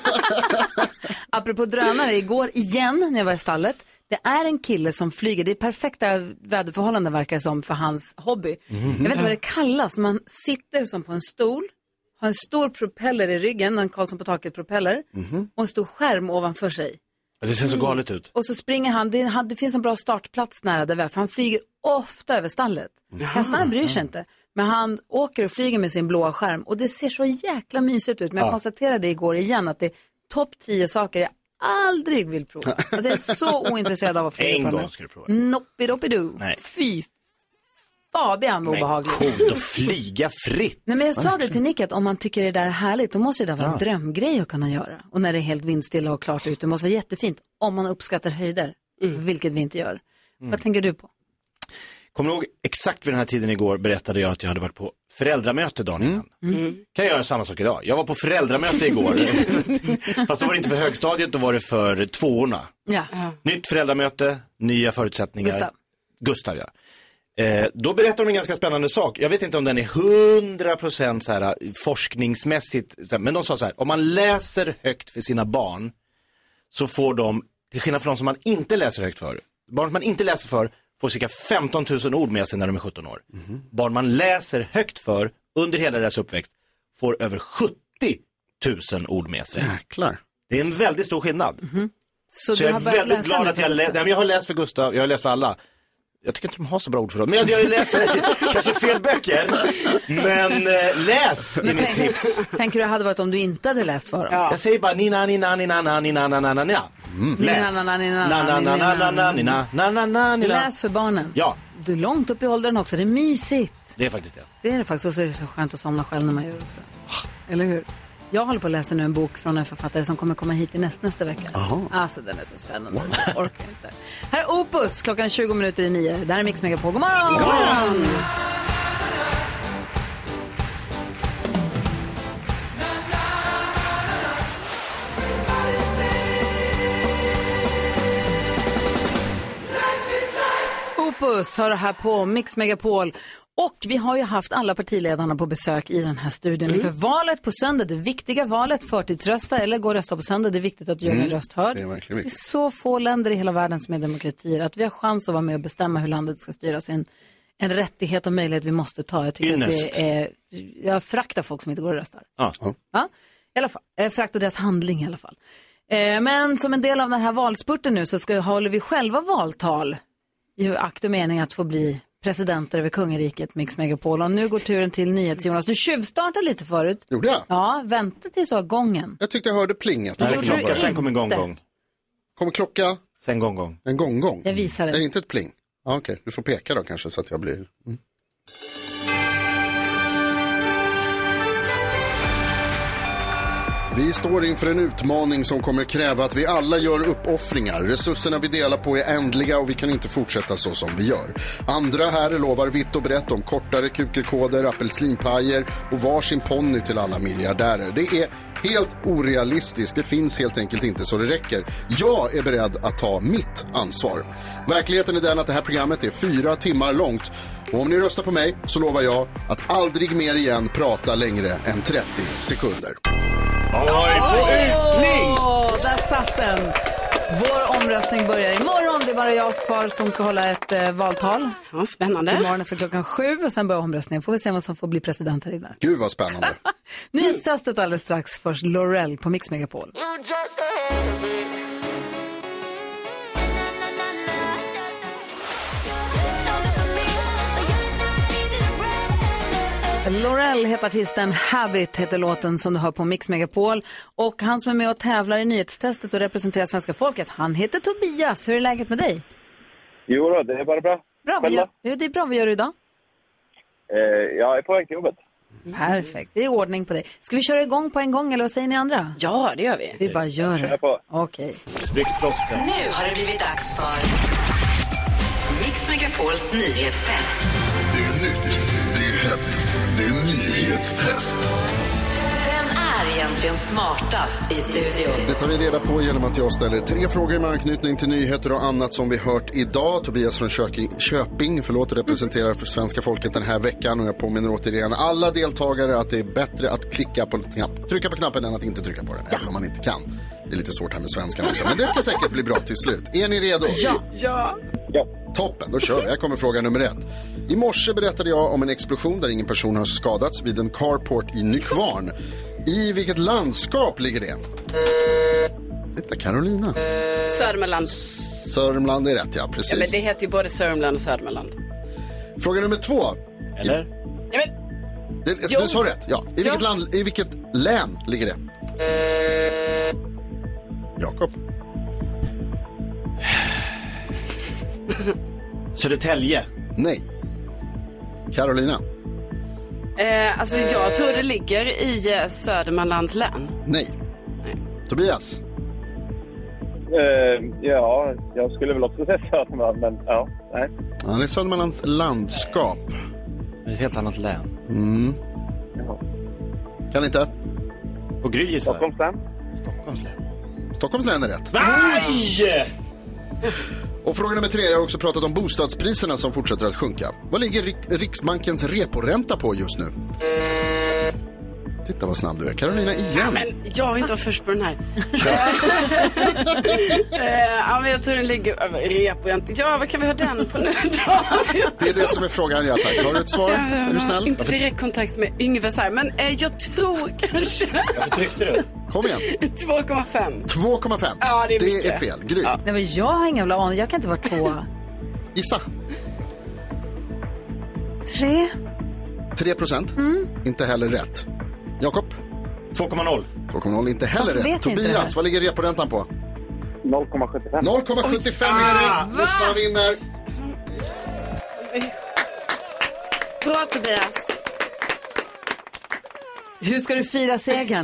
Apropå drönare, igår igen när jag var i stallet. Det är en kille som flyger, det är perfekta väderförhållanden verkar det som för hans hobby. Mm. Jag vet inte vad det kallas, man sitter som på en stol, har en stor propeller i ryggen, en Karlsson på taket propeller, Mm. och en stor skärm ovanför sig. Det ser så galet ut. Och så springer han, det, han, det finns en bra startplats nära där vi är, för han flyger ofta över stallet. Hästarna bryr sig inte. Men han åker och flyger med sin blåa skärm och det ser så jäkla mysigt ut. Men jag Ja. konstaterade igår igen att det är topp tio saker jag aldrig vill prova. Alltså jag är så ointresserad av att flyga En på gång den. ska du prova. Noppidoppidu. Nej. Fy Fabian vad Men obehagligt. coolt att flyga fritt. Nej, men jag sa det till Nick att om man tycker det där är härligt då måste det där vara en Ja. drömgrej att kunna göra. Och när det är helt vindstilla och klart ute, det måste vara jättefint om man uppskattar höjder, vilket vi inte gör. Vad tänker du på? Kommer du ihåg exakt vid den här tiden igår berättade jag att jag hade varit på föräldramöte dagen innan. Mm. Kan jag göra samma sak idag? Jag var på föräldramöte igår. Fast då var det inte för högstadiet, då var det för tvåorna. Ja. Nytt föräldramöte, nya förutsättningar. Gustav. Gustav, ja. Eh, då berättar de en ganska spännande sak. Jag vet inte om den är hundra procent så här eh, forskningsmässigt. Men de sa så här, om man läser högt för sina barn så får de, till skillnad från de som man inte läser högt för. Barn man inte läser för får cirka femton tusen ord med sig när de är sjutton år. Mm. Barn man läser högt för under hela deras uppväxt får över sjuttio tusen ord med sig. Jäklar. Det är en väldigt stor skillnad. Mm. Så, Så du jag har är börjat väldigt läsa glad nu att för jag, lä- Gustav? Nej, men jag har läst för Gustav, jag har läst för alla. Jag tycker inte de har så bra ord för dem. Men jag, jag läser kanske fel böcker. Men äh, läs är mitt tänk- tips. Tänker du hade varit om du inte hade läst för dem? Jag säger bara nina, nina, nina, nina, nina, nina, nina, nina. Läs. Nina, nina, Na, na, na, na, na, na, nina, na, na, na, nina. Läs för barnen. Ja, Du är långt upp i åldern också, det är mysigt. det är faktiskt det. Det är det faktiskt, och så är det så skönt att somna själv när man gör det också. Eller hur? Jag håller på att läsa nu en bok från en författare som kommer komma hit i näst, nästa vecka. Aha. Alltså den är så spännande, så jag orkar inte. Här är Opus, klockan tjugo minuter i nio. Det här är Mix Megapol. God morgon! God morgon! Opus hör här på Mix Megapol. Och vi har ju haft alla partiledarna på besök i den här studion. Mm. För valet på söndag, det viktiga valet, förtidsrösta eller gå och rösta på söndag, det är viktigt att du gör din Mm. röst hörd. Det är verkligen Det är viktigt. så få länder i hela världen som är demokratier. Att vi har chans att vara med och bestämma hur landet ska styras. En, en rättighet och möjlighet vi måste ta. Jag tycker Ynnest. att det är, jag fraktar folk som inte går och röstar. Ja. Ja, i alla fall. Jag fraktar deras handling i alla fall. Eh, men som en del av den här valspurten nu så ska, håller vi själva valtal i akt och mening att få bli presidenter över kungariket Mix Megapol. Och nu går turen till NyhetsJonas. Du tjuvstartade lite förut. Gjorde jag? Ja, vänta tills du har gången. Jag tyckte jag hörde plinget. Nej, gjorde klocka, du sen kommer inte. gång, gång. Kommer klocka? Sen gång, gång. En gång-gång? Jag visar det. Det är inte ett pling? Ja, okej, du får peka då kanske så att jag blir... Mm. Vi står inför en utmaning som kommer kräva att vi alla gör uppoffringar. Resurserna vi delar på är ändliga och vi kan inte fortsätta så som vi gör. Andra här lovar vitt och brett om kortare kukelkoder, apelsinpajer och varsin ponny till alla miljardärer. Det är helt orealistiskt. Det finns helt enkelt inte så det räcker. Jag är beredd att ta mitt ansvar. Verkligheten är den att det här programmet är fyra timmar långt. Och om ni röstar på mig så lovar jag att aldrig mer igen prata längre än trettio sekunder. Oj, på utpling! Åh, där satt den. Vår omröstning börjar imorgon. Det är bara jag kvar som ska hålla ett eh, valtal. Ja, spännande. Imorgon efter klockan sju och sen börjar omröstningen. Får vi se vem som får bli president här inne. Gud vad spännande. Nyhetstestet alldeles strax. Först Laurel på Mix Megapol. Laurel heter artisten, Habit heter låten som du har på Mix Megapol. Och han som är med och tävlar i nyhetstestet och representerar svenska folket, han heter Tobias. Hur är läget med dig? Jo då, det är bara bra. Bra, vad gör, det är bra. Vad gör du idag? Eh, jag är på väg till jobbet. Perfekt, det är ordning på dig. Ska vi köra igång på en gång eller vad säger ni andra? Ja, det gör vi. Vi bara gör det. Okej. Nu har det blivit dags för Mix Megapols nyhetstest. Det är nytt, det är hett, det är nyhetstest. Vem är egentligen smartast i studion? Det tar vi reda på genom att jag ställer tre frågor med anknytning till nyheter och annat som vi hört idag. Tobias från Köping, Köping förlåt, representerar för svenska folket den här veckan. Och jag påminner återigen alla deltagare att det är bättre att klicka på knapp, trycka på knappen än att inte trycka på den. Ja. Även om man inte kan. Det är lite svårt här med svenskan också. Men det ska säkert bli bra till slut. Är ni redo? Ja. Ja. Ja. Toppen, då kör vi. Jag kommer fråga nummer ett. I morse berättade jag om en explosion där ingen person har skadats vid en carport i Nykvarn. I vilket landskap ligger det? Titta, Carolina. Sörmland. Sörmland är rätt, ja, precis. Ja, men det heter ju både Sörmland och Södermanland. Fråga nummer två. Eller? Ja, men... Det, du sa rätt, ja. I vilket, ja. land, I vilket län ligger det? Jakob. Södertälje. Nej. Carolina. Eh, alltså jag tror det ligger i eh, Södermanlands län. Nej. Nej. Tobias. Eh, ja, jag skulle väl också säga Södermanland, men ja, nej. Ja, det är Södermanlands landskap. Det är ett helt annat län. Mm. Kan inte? På Gry Stockholms län. Stockholms län. Stockholms län är rätt. Nej! Och fråga nummer tre, jag har också pratat om bostadspriserna som fortsätter att sjunka. Vad ligger Rik- Riksbankens reporänta på just nu? Titta vad snabb du är. Carolina igen. Ja, men jag vill inte vara först på den här. eh, ja, men jag tror den ligger över reporäntan. Ja, vad kan vi ha den på nu då? Det är det som är frågan, ja tack. Har du ett svar? Är du snäll? Inte direkt kontakt med Yngve så här, men eh, jag tror kanske... Varför tryckte du? Kom igen. två komma fem. två komma fem. Ja, det är det mycket. är fel. Gry. Ja. Nej, men jag har ingen jävla aning. Jag kan inte vara tvåa. Gissa. Tre. tre procent. Mm. Inte heller rätt. Jakob. två komma noll. två komma noll, inte heller Varför rätt. vet inte Tobias, det? vad ligger reporäntan på? noll komma sjuttiofem. noll komma sjuttiofem är rätt. Lyssnarna vinner. Bra, Tobias. Hur ska du fira segern?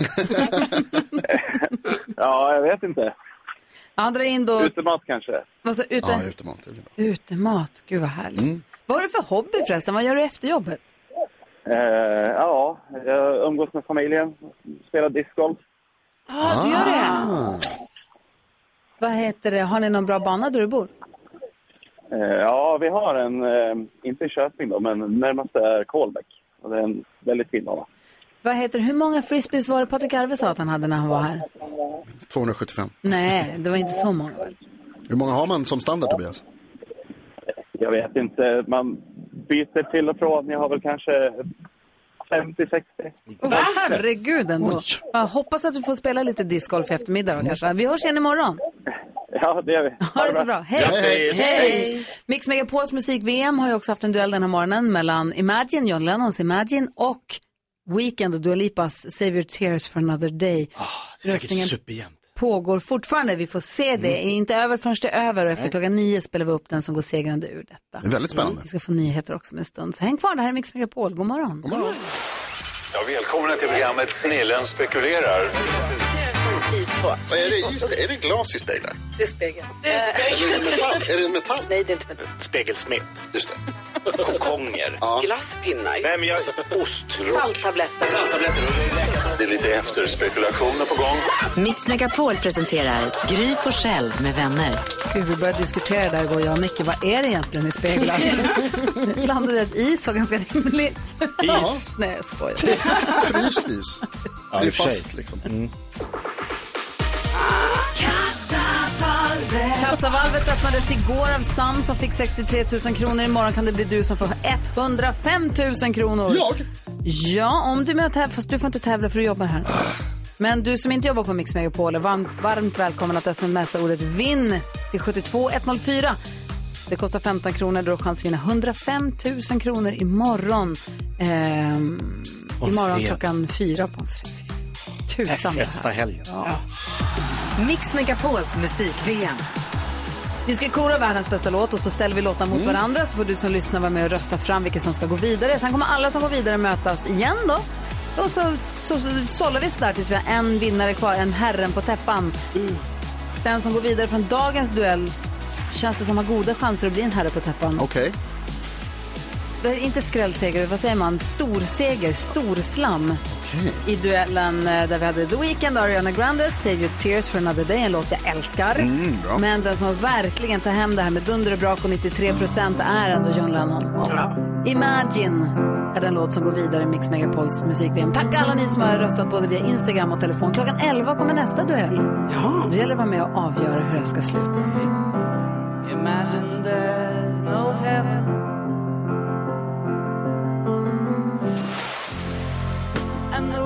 Ja, jag vet inte. Andra in då... Utemat kanske. Vad så, ute... Ja, utemat. Det blir bra. Utemat, gud vad härligt. Mm. Vad har du för hobby förresten? Vad gör du efter jobbet? Eh, ja, jag umgås med familjen. Spelar discgolf. Ja, ah, du gör det. Ah. Vad heter det? Har ni någon bra bana där du bor? Eh, ja, vi har en, eh, inte i Köping då, men närmast är Kolbäck. Och det är en väldigt fin bana. Vad heter det? Hur många frisbees var det Patrik Arve sa att han hade när han var här? tvåhundrasjuttiofem. Nej, det var inte så många väl? Hur många har man som standard, Tobias? Jag vet inte, man byter till och från. Jag har väl kanske femtio sextio. Oh, herregud ändå. Jag hoppas att du får spela lite discgolf i eftermiddag då, kanske. Vi hörs igen imorgon. Ja, det gör vi. Ha, ha det så bra. Hej. Hej. Hej. Mix Megapols musik-V M har ju också haft en duell den här morgonen mellan Imagine, John Lennons Imagine och Weekend och Dua Lipas Save Your Tears for Another Day. Oh, det är säkert superjämnt. Pågår fortfarande. Vi får se det. Mm. Är inte över förrän det är över. Och efter Nej. klockan nio spelar vi upp den som går segrande ur detta. Det är väldigt spännande. Mm. Vi ska få nyheter också med en stund. Så häng kvar, det här är Mix Megapol. God morgon. God morgon. Ja, välkomna till programmet Snillen spekulerar. Vad är det? Is- är det glas i speglar? Det är spegel. Det är spegel. Är det metall? Är det metall? Nej, det är inte metall. Spegelsmet. Just det. Kokonger. Ja. Glasspinnar. Nej, men jag... Ost. Salttabletter. Salttabletter. Det är lite efterspekulationer på gång. Mix Megapol presenterar Gry Forssell med vänner. Gud, vi började diskutera där igår, jag och Nicky. Vad är det egentligen i speglar? Det landade ett is var ganska rimligt. Is? Nej, jag skojar. Fryst is. Ja, det är fast liksom. Mm. Kassavalvet öppnades igår av Sam som fick sextiotre tusen kronor. Imorgon kan det bli du som får etthundrafem tusen kronor. Jag? Ja, om du är med och tävlar, fast du får inte tävla för du jobbar här. Men du som inte jobbar på Mix Megapol är varmt, varmt välkommen att smsa ordet vinn till sju två ett noll fyra. Det kostar femton kronor, då har chans att vinna hundrafem tusen kronor imorgon. Ehm, imorgon fredag. klockan fyra på en fredag. Tusan. Festa helgen. Ja. Mix Megapols musik-V M. Vi ska kora världens bästa låt och så ställer vi låtar mot Mm. varandra, så får du som lyssnar vara med och rösta fram vilka som ska gå vidare. Sen kommer alla som går vidare mötas igen då. Och så, så, så sållar vi så där tills vi har en vinnare kvar, en herren på täppan. Mm. Den som går vidare från dagens duell känns det som har goda chanser att bli en herre på täppan. Okej. Inte skrällseger, vad säger man? Storseger, storslam. Okej. I duellen eh, där vi hade The Weeknd, Ariana Grande, Save Your Tears for Another Day, en låt jag älskar. Mm, bra. Men den som verkligen tar hem det här med dunder och brak och nittiotre procent är ändå John Lennon. Ja. Imagine är den låt som går vidare i Mix Megapols musik-V M. Tack alla ni som har röstat både via Instagram och telefon. Klockan elva kommer nästa duell. Ja. Det gäller att vara med och avgöra hur det ska sluta. Imagine there's no heaven. And the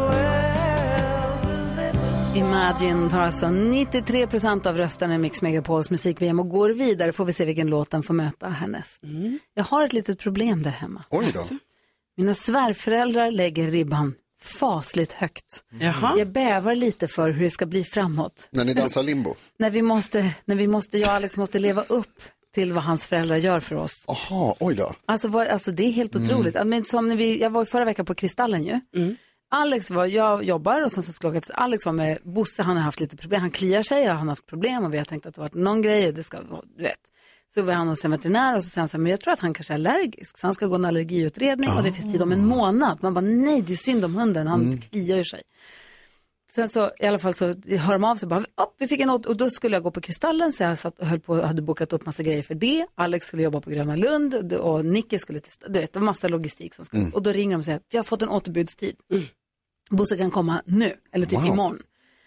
world will live. Imagine tar alltså nittiotre procent av rösterna i Mix Megapols musik-V M och går vidare. Får vi se vilken låt den får möta härnäst. Mm. Jag har ett litet problem där hemma. Oj då. Mina svärföräldrar lägger ribban fasligt högt. Jaha. Jag bävar lite för hur det ska bli framåt. När ni dansar limbo. När vi måste, när vi måste, jag och Alex måste leva upp till vad hans föräldrar gör för oss. Jaha, oj då. Alltså, vad, alltså det är helt otroligt. Mm. Men som när vi, jag var förra veckan på Kristallen ju. Mm. Alex var, jag jobbar och sen så skulle jag, Alex var med Bosse, han har haft lite problem. Han kliar sig, han har haft problem och vi har tänkt att det har varit någon grej och det ska, du vet. Så var han hos en veterinär och så säger han så här, men jag tror att han kanske är allergisk. Så han ska gå en allergiutredning och det finns tid om en månad. Man bara, nej det är synd om hunden, han mm. kliar ju sig. Sen så i alla fall så hör de av sig bara, upp, vi fick en åt och då skulle jag gå på Kristallen så jag satt och höll på, hade bokat upp massa grejer för det. Alex skulle jobba på Gröna Lund och, och Nicky skulle till, du vet, det var massa logistik som skulle. Mm. Och då ringer de och säger, vi har fått en återbudstid. Mm. Bosse kan komma nu, eller typ wow. imorgon.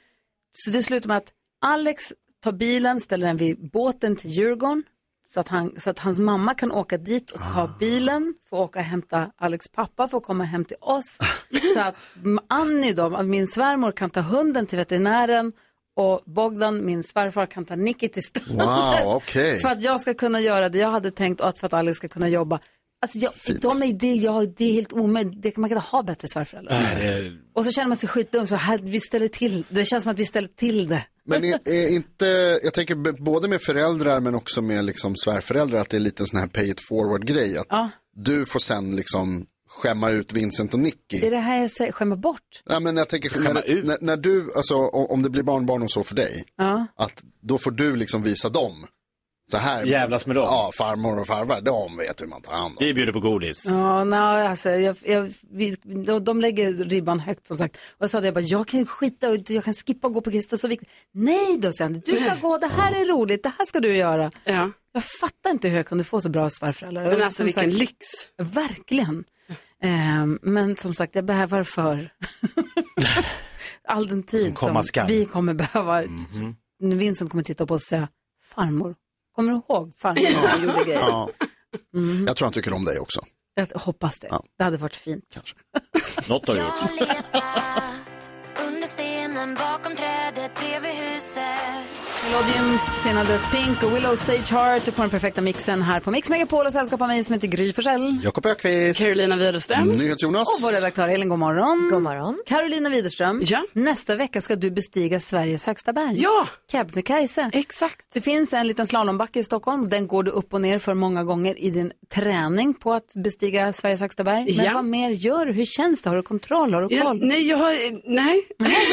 Så det slutar med att Alex tar bilen, ställer den vid båten till Djurgården. Så att, han, så att hans mamma kan åka dit och ta bilen, få åka och hämta Alex pappa, få komma hem till oss. Så att Annie då, min svärmor, kan ta hunden till veterinären och Bogdan, min svärfar, kan ta Nicky till stallet. Wow, okay. För att jag ska kunna göra det jag hade tänkt och för att Alex ska kunna jobba. Alltså jag, de är det, jag, det är helt omöjligt. Det kan man kan ha bättre svärföräldrar. Mm. Och så känner man sig skitdum så här, vi ställer till. Det känns som att vi ställer till det. Men är, är inte, jag tänker både med föräldrar men också med liksom svärföräldrar att det är lite en sån här pay it forward grej. Att ja. Du får sen liksom skämma ut Vincent och Nicky. Det är det här jag säger, skämma bort. Ja, men jag tänker när, när, när du, alltså om det blir barnbarn och så för dig. Ja. Att då får du liksom visa dem. Så här. Jävlas med dem. Ja, farmor och farfar, de vet hur man tar hand om. Vi bjuder på godis. Ja, nej, alltså, jag, jag, vi, de, de lägger ribban högt som sagt. Och jag sa det, jag bara, jag kan skita och jag kan skippa och gå på Krista så viktigt. Nej då, sen, du ska gå, det här är roligt, det här ska du göra. Ja. Jag fattar inte hur jag kunde få så bra svärföräldrar. Men alltså vilken sagt, lyx. Verkligen. Um, men som sagt, jag behöver för all den tid som, som vi kommer behöva. Mm-hmm. Vincent kommer titta på oss och säga, farmor. Kommer du ihåg farmor som gjorde grejer? Ja. Mm. Jag tror han tycker om dig också. Jag hoppas det. Ja. Det hade varit fint. Kanske. Något har du gjort. Jag letar under stenen bakom trädet bredvid huset. Melodians, Senades Pink och Willow Sage Heart. Du får den perfekta mixen här på Mix Megapol och sällskap av mig som heter Gry Forssell. Jakob Ökvist. Carolina Widerström. Nyhets Jonas. Och vår redaktör Elin, god morgon. God morgon. Carolina Widerström. Ja. Nästa vecka ska du bestiga Sveriges högsta berg. Ja. Kebnekaise. Exakt. Det finns en liten slalombacke i Stockholm. Den går du upp och ner för många gånger i din träning på att bestiga Sveriges högsta berg. Men ja. vad mer gör du? Hur känns det? Har du kontroll? Har du koll? Ja, nej, jag har, nej.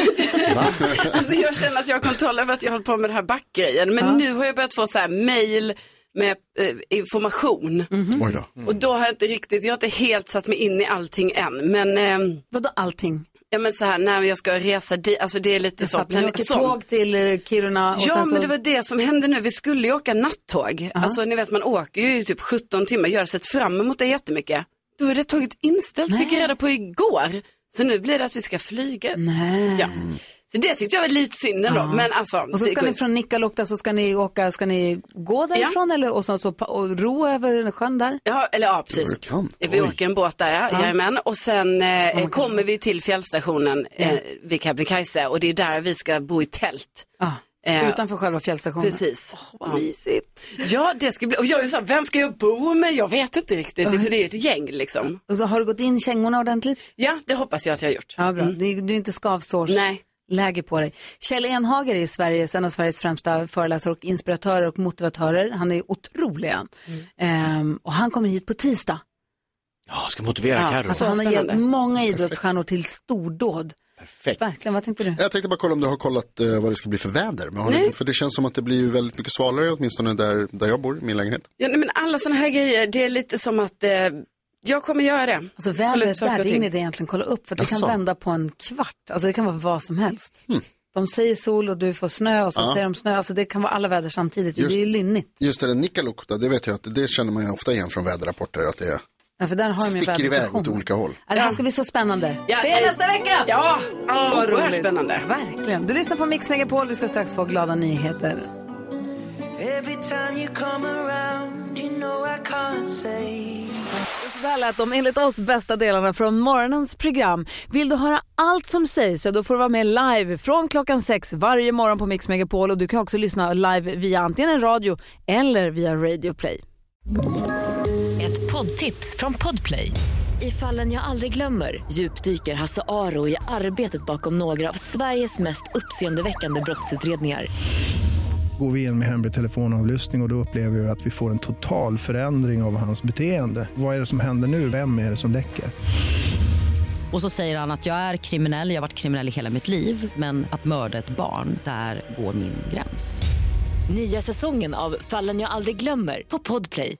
Alltså jag känner att jag har kontroll över att jag håller på med det här backgrejen. Men ja. nu har jag börjat få så här mejl med eh, information. Mm-hmm. Oj då. Mm. Och då har jag inte riktigt, jag har inte helt satt mig in i allting än. Men eh, vadå allting? Ja men så här, när jag ska resa dit, alltså det är lite så. Ni åker tåg till uh, Kiruna. Och ja sen så... men det var det som hände nu, vi skulle ju åka nattåg. Uh-huh. Alltså ni vet man åker ju typ sjutton timmar, jag har sett fram emot det jättemycket. Då är det tåget inställt, fick jag reda på igår. Så nu blir det att vi ska flyga. Nej. Ja. Så det tyckte jag var lite synd ändå. Ja. Men alltså, och så ska ni från Nikkaluokta så ska ni åka, ska ni gå därifrån ja. eller och så, så och ro över sjön där? Ja, eller ja, precis. Vi åker en båt där, ja. Jajamän. Och sen eh, oh, kommer vi till fjällstationen eh, vid Kebnekaise och det är där vi ska bo i tält. Ah. Eh, Utanför själva fjällstationen. Precis. Oh, vad mysigt. Ja, det ska bli, och jag är så här, vem ska jag bo med? Jag vet inte riktigt, uh, för det är ett gäng liksom. Och så har du gått in kängorna ordentligt? Ja, det hoppas jag att jag har gjort. Ja, bra. Mm. Du, du är inte skavsårs. Nej. Läge på dig. Kjell Enhager är Sveriges, en av Sveriges främsta föreläsare och inspiratörer och motivatörer. Han är otrolig. Mm. Um, och han kommer hit på tisdag. Ja, ska motivera ja, Karo. Alltså, han har hjälpt många idrottsstjärnor till stordåd. Perfekt. Verkligen, vad tänkte du? Jag tänkte bara kolla om du har kollat uh, vad det ska bli för väder. Men har du, för det känns som att det blir ju väldigt mycket svalare, åtminstone där, där jag bor, i min lägenhet. Ja, nej, men alla sådana här grejer, det är lite som att eh, jag kommer göra det. Alltså vädret där, det är inget egentligen kolla upp. För att det kan vända på en kvart. Alltså det kan vara vad som helst. Hmm. De säger sol och du får snö och så ja. säger de snö. Alltså det kan vara alla väder samtidigt. Just, det är lynnigt. Just det, Nikkaluokta, det vet jag att det känner man ju ofta igen från väderrapporter. Att det är ja, för där har sticker iväg åt olika håll. Ja, det här ska bli så spännande. Ja, det är nästa vecka! Ja, oh, vad roligt. Spännande. Verkligen. Du lyssnar på Mix Megapol. Vi ska strax få glada nyheter. Every time you come around, you know I can't say. Så där lät de enligt oss bästa delarna från morgonens program. Vill du höra allt som sägs så då får du vara med live från klockan sex varje morgon på Mix Megapol. Och du kan också lyssna live via antingen en radio eller via Radio Play. Ett poddtips från Podplay. I Fallen jag aldrig glömmer djupdyker Hasse Aro i arbetet bakom några av Sveriges mest uppseendeväckande brottsutredningar. Går vi in med hemlig telefonavlyssning och, och då upplever vi att vi får en total förändring av hans beteende. Vad är det som händer nu? Vem är det som läcker? Och så säger han att jag är kriminell, jag har varit kriminell i hela mitt liv. Men att mörda ett barn, där går min gräns. Nya säsongen av Fallen jag aldrig glömmer på Podplay.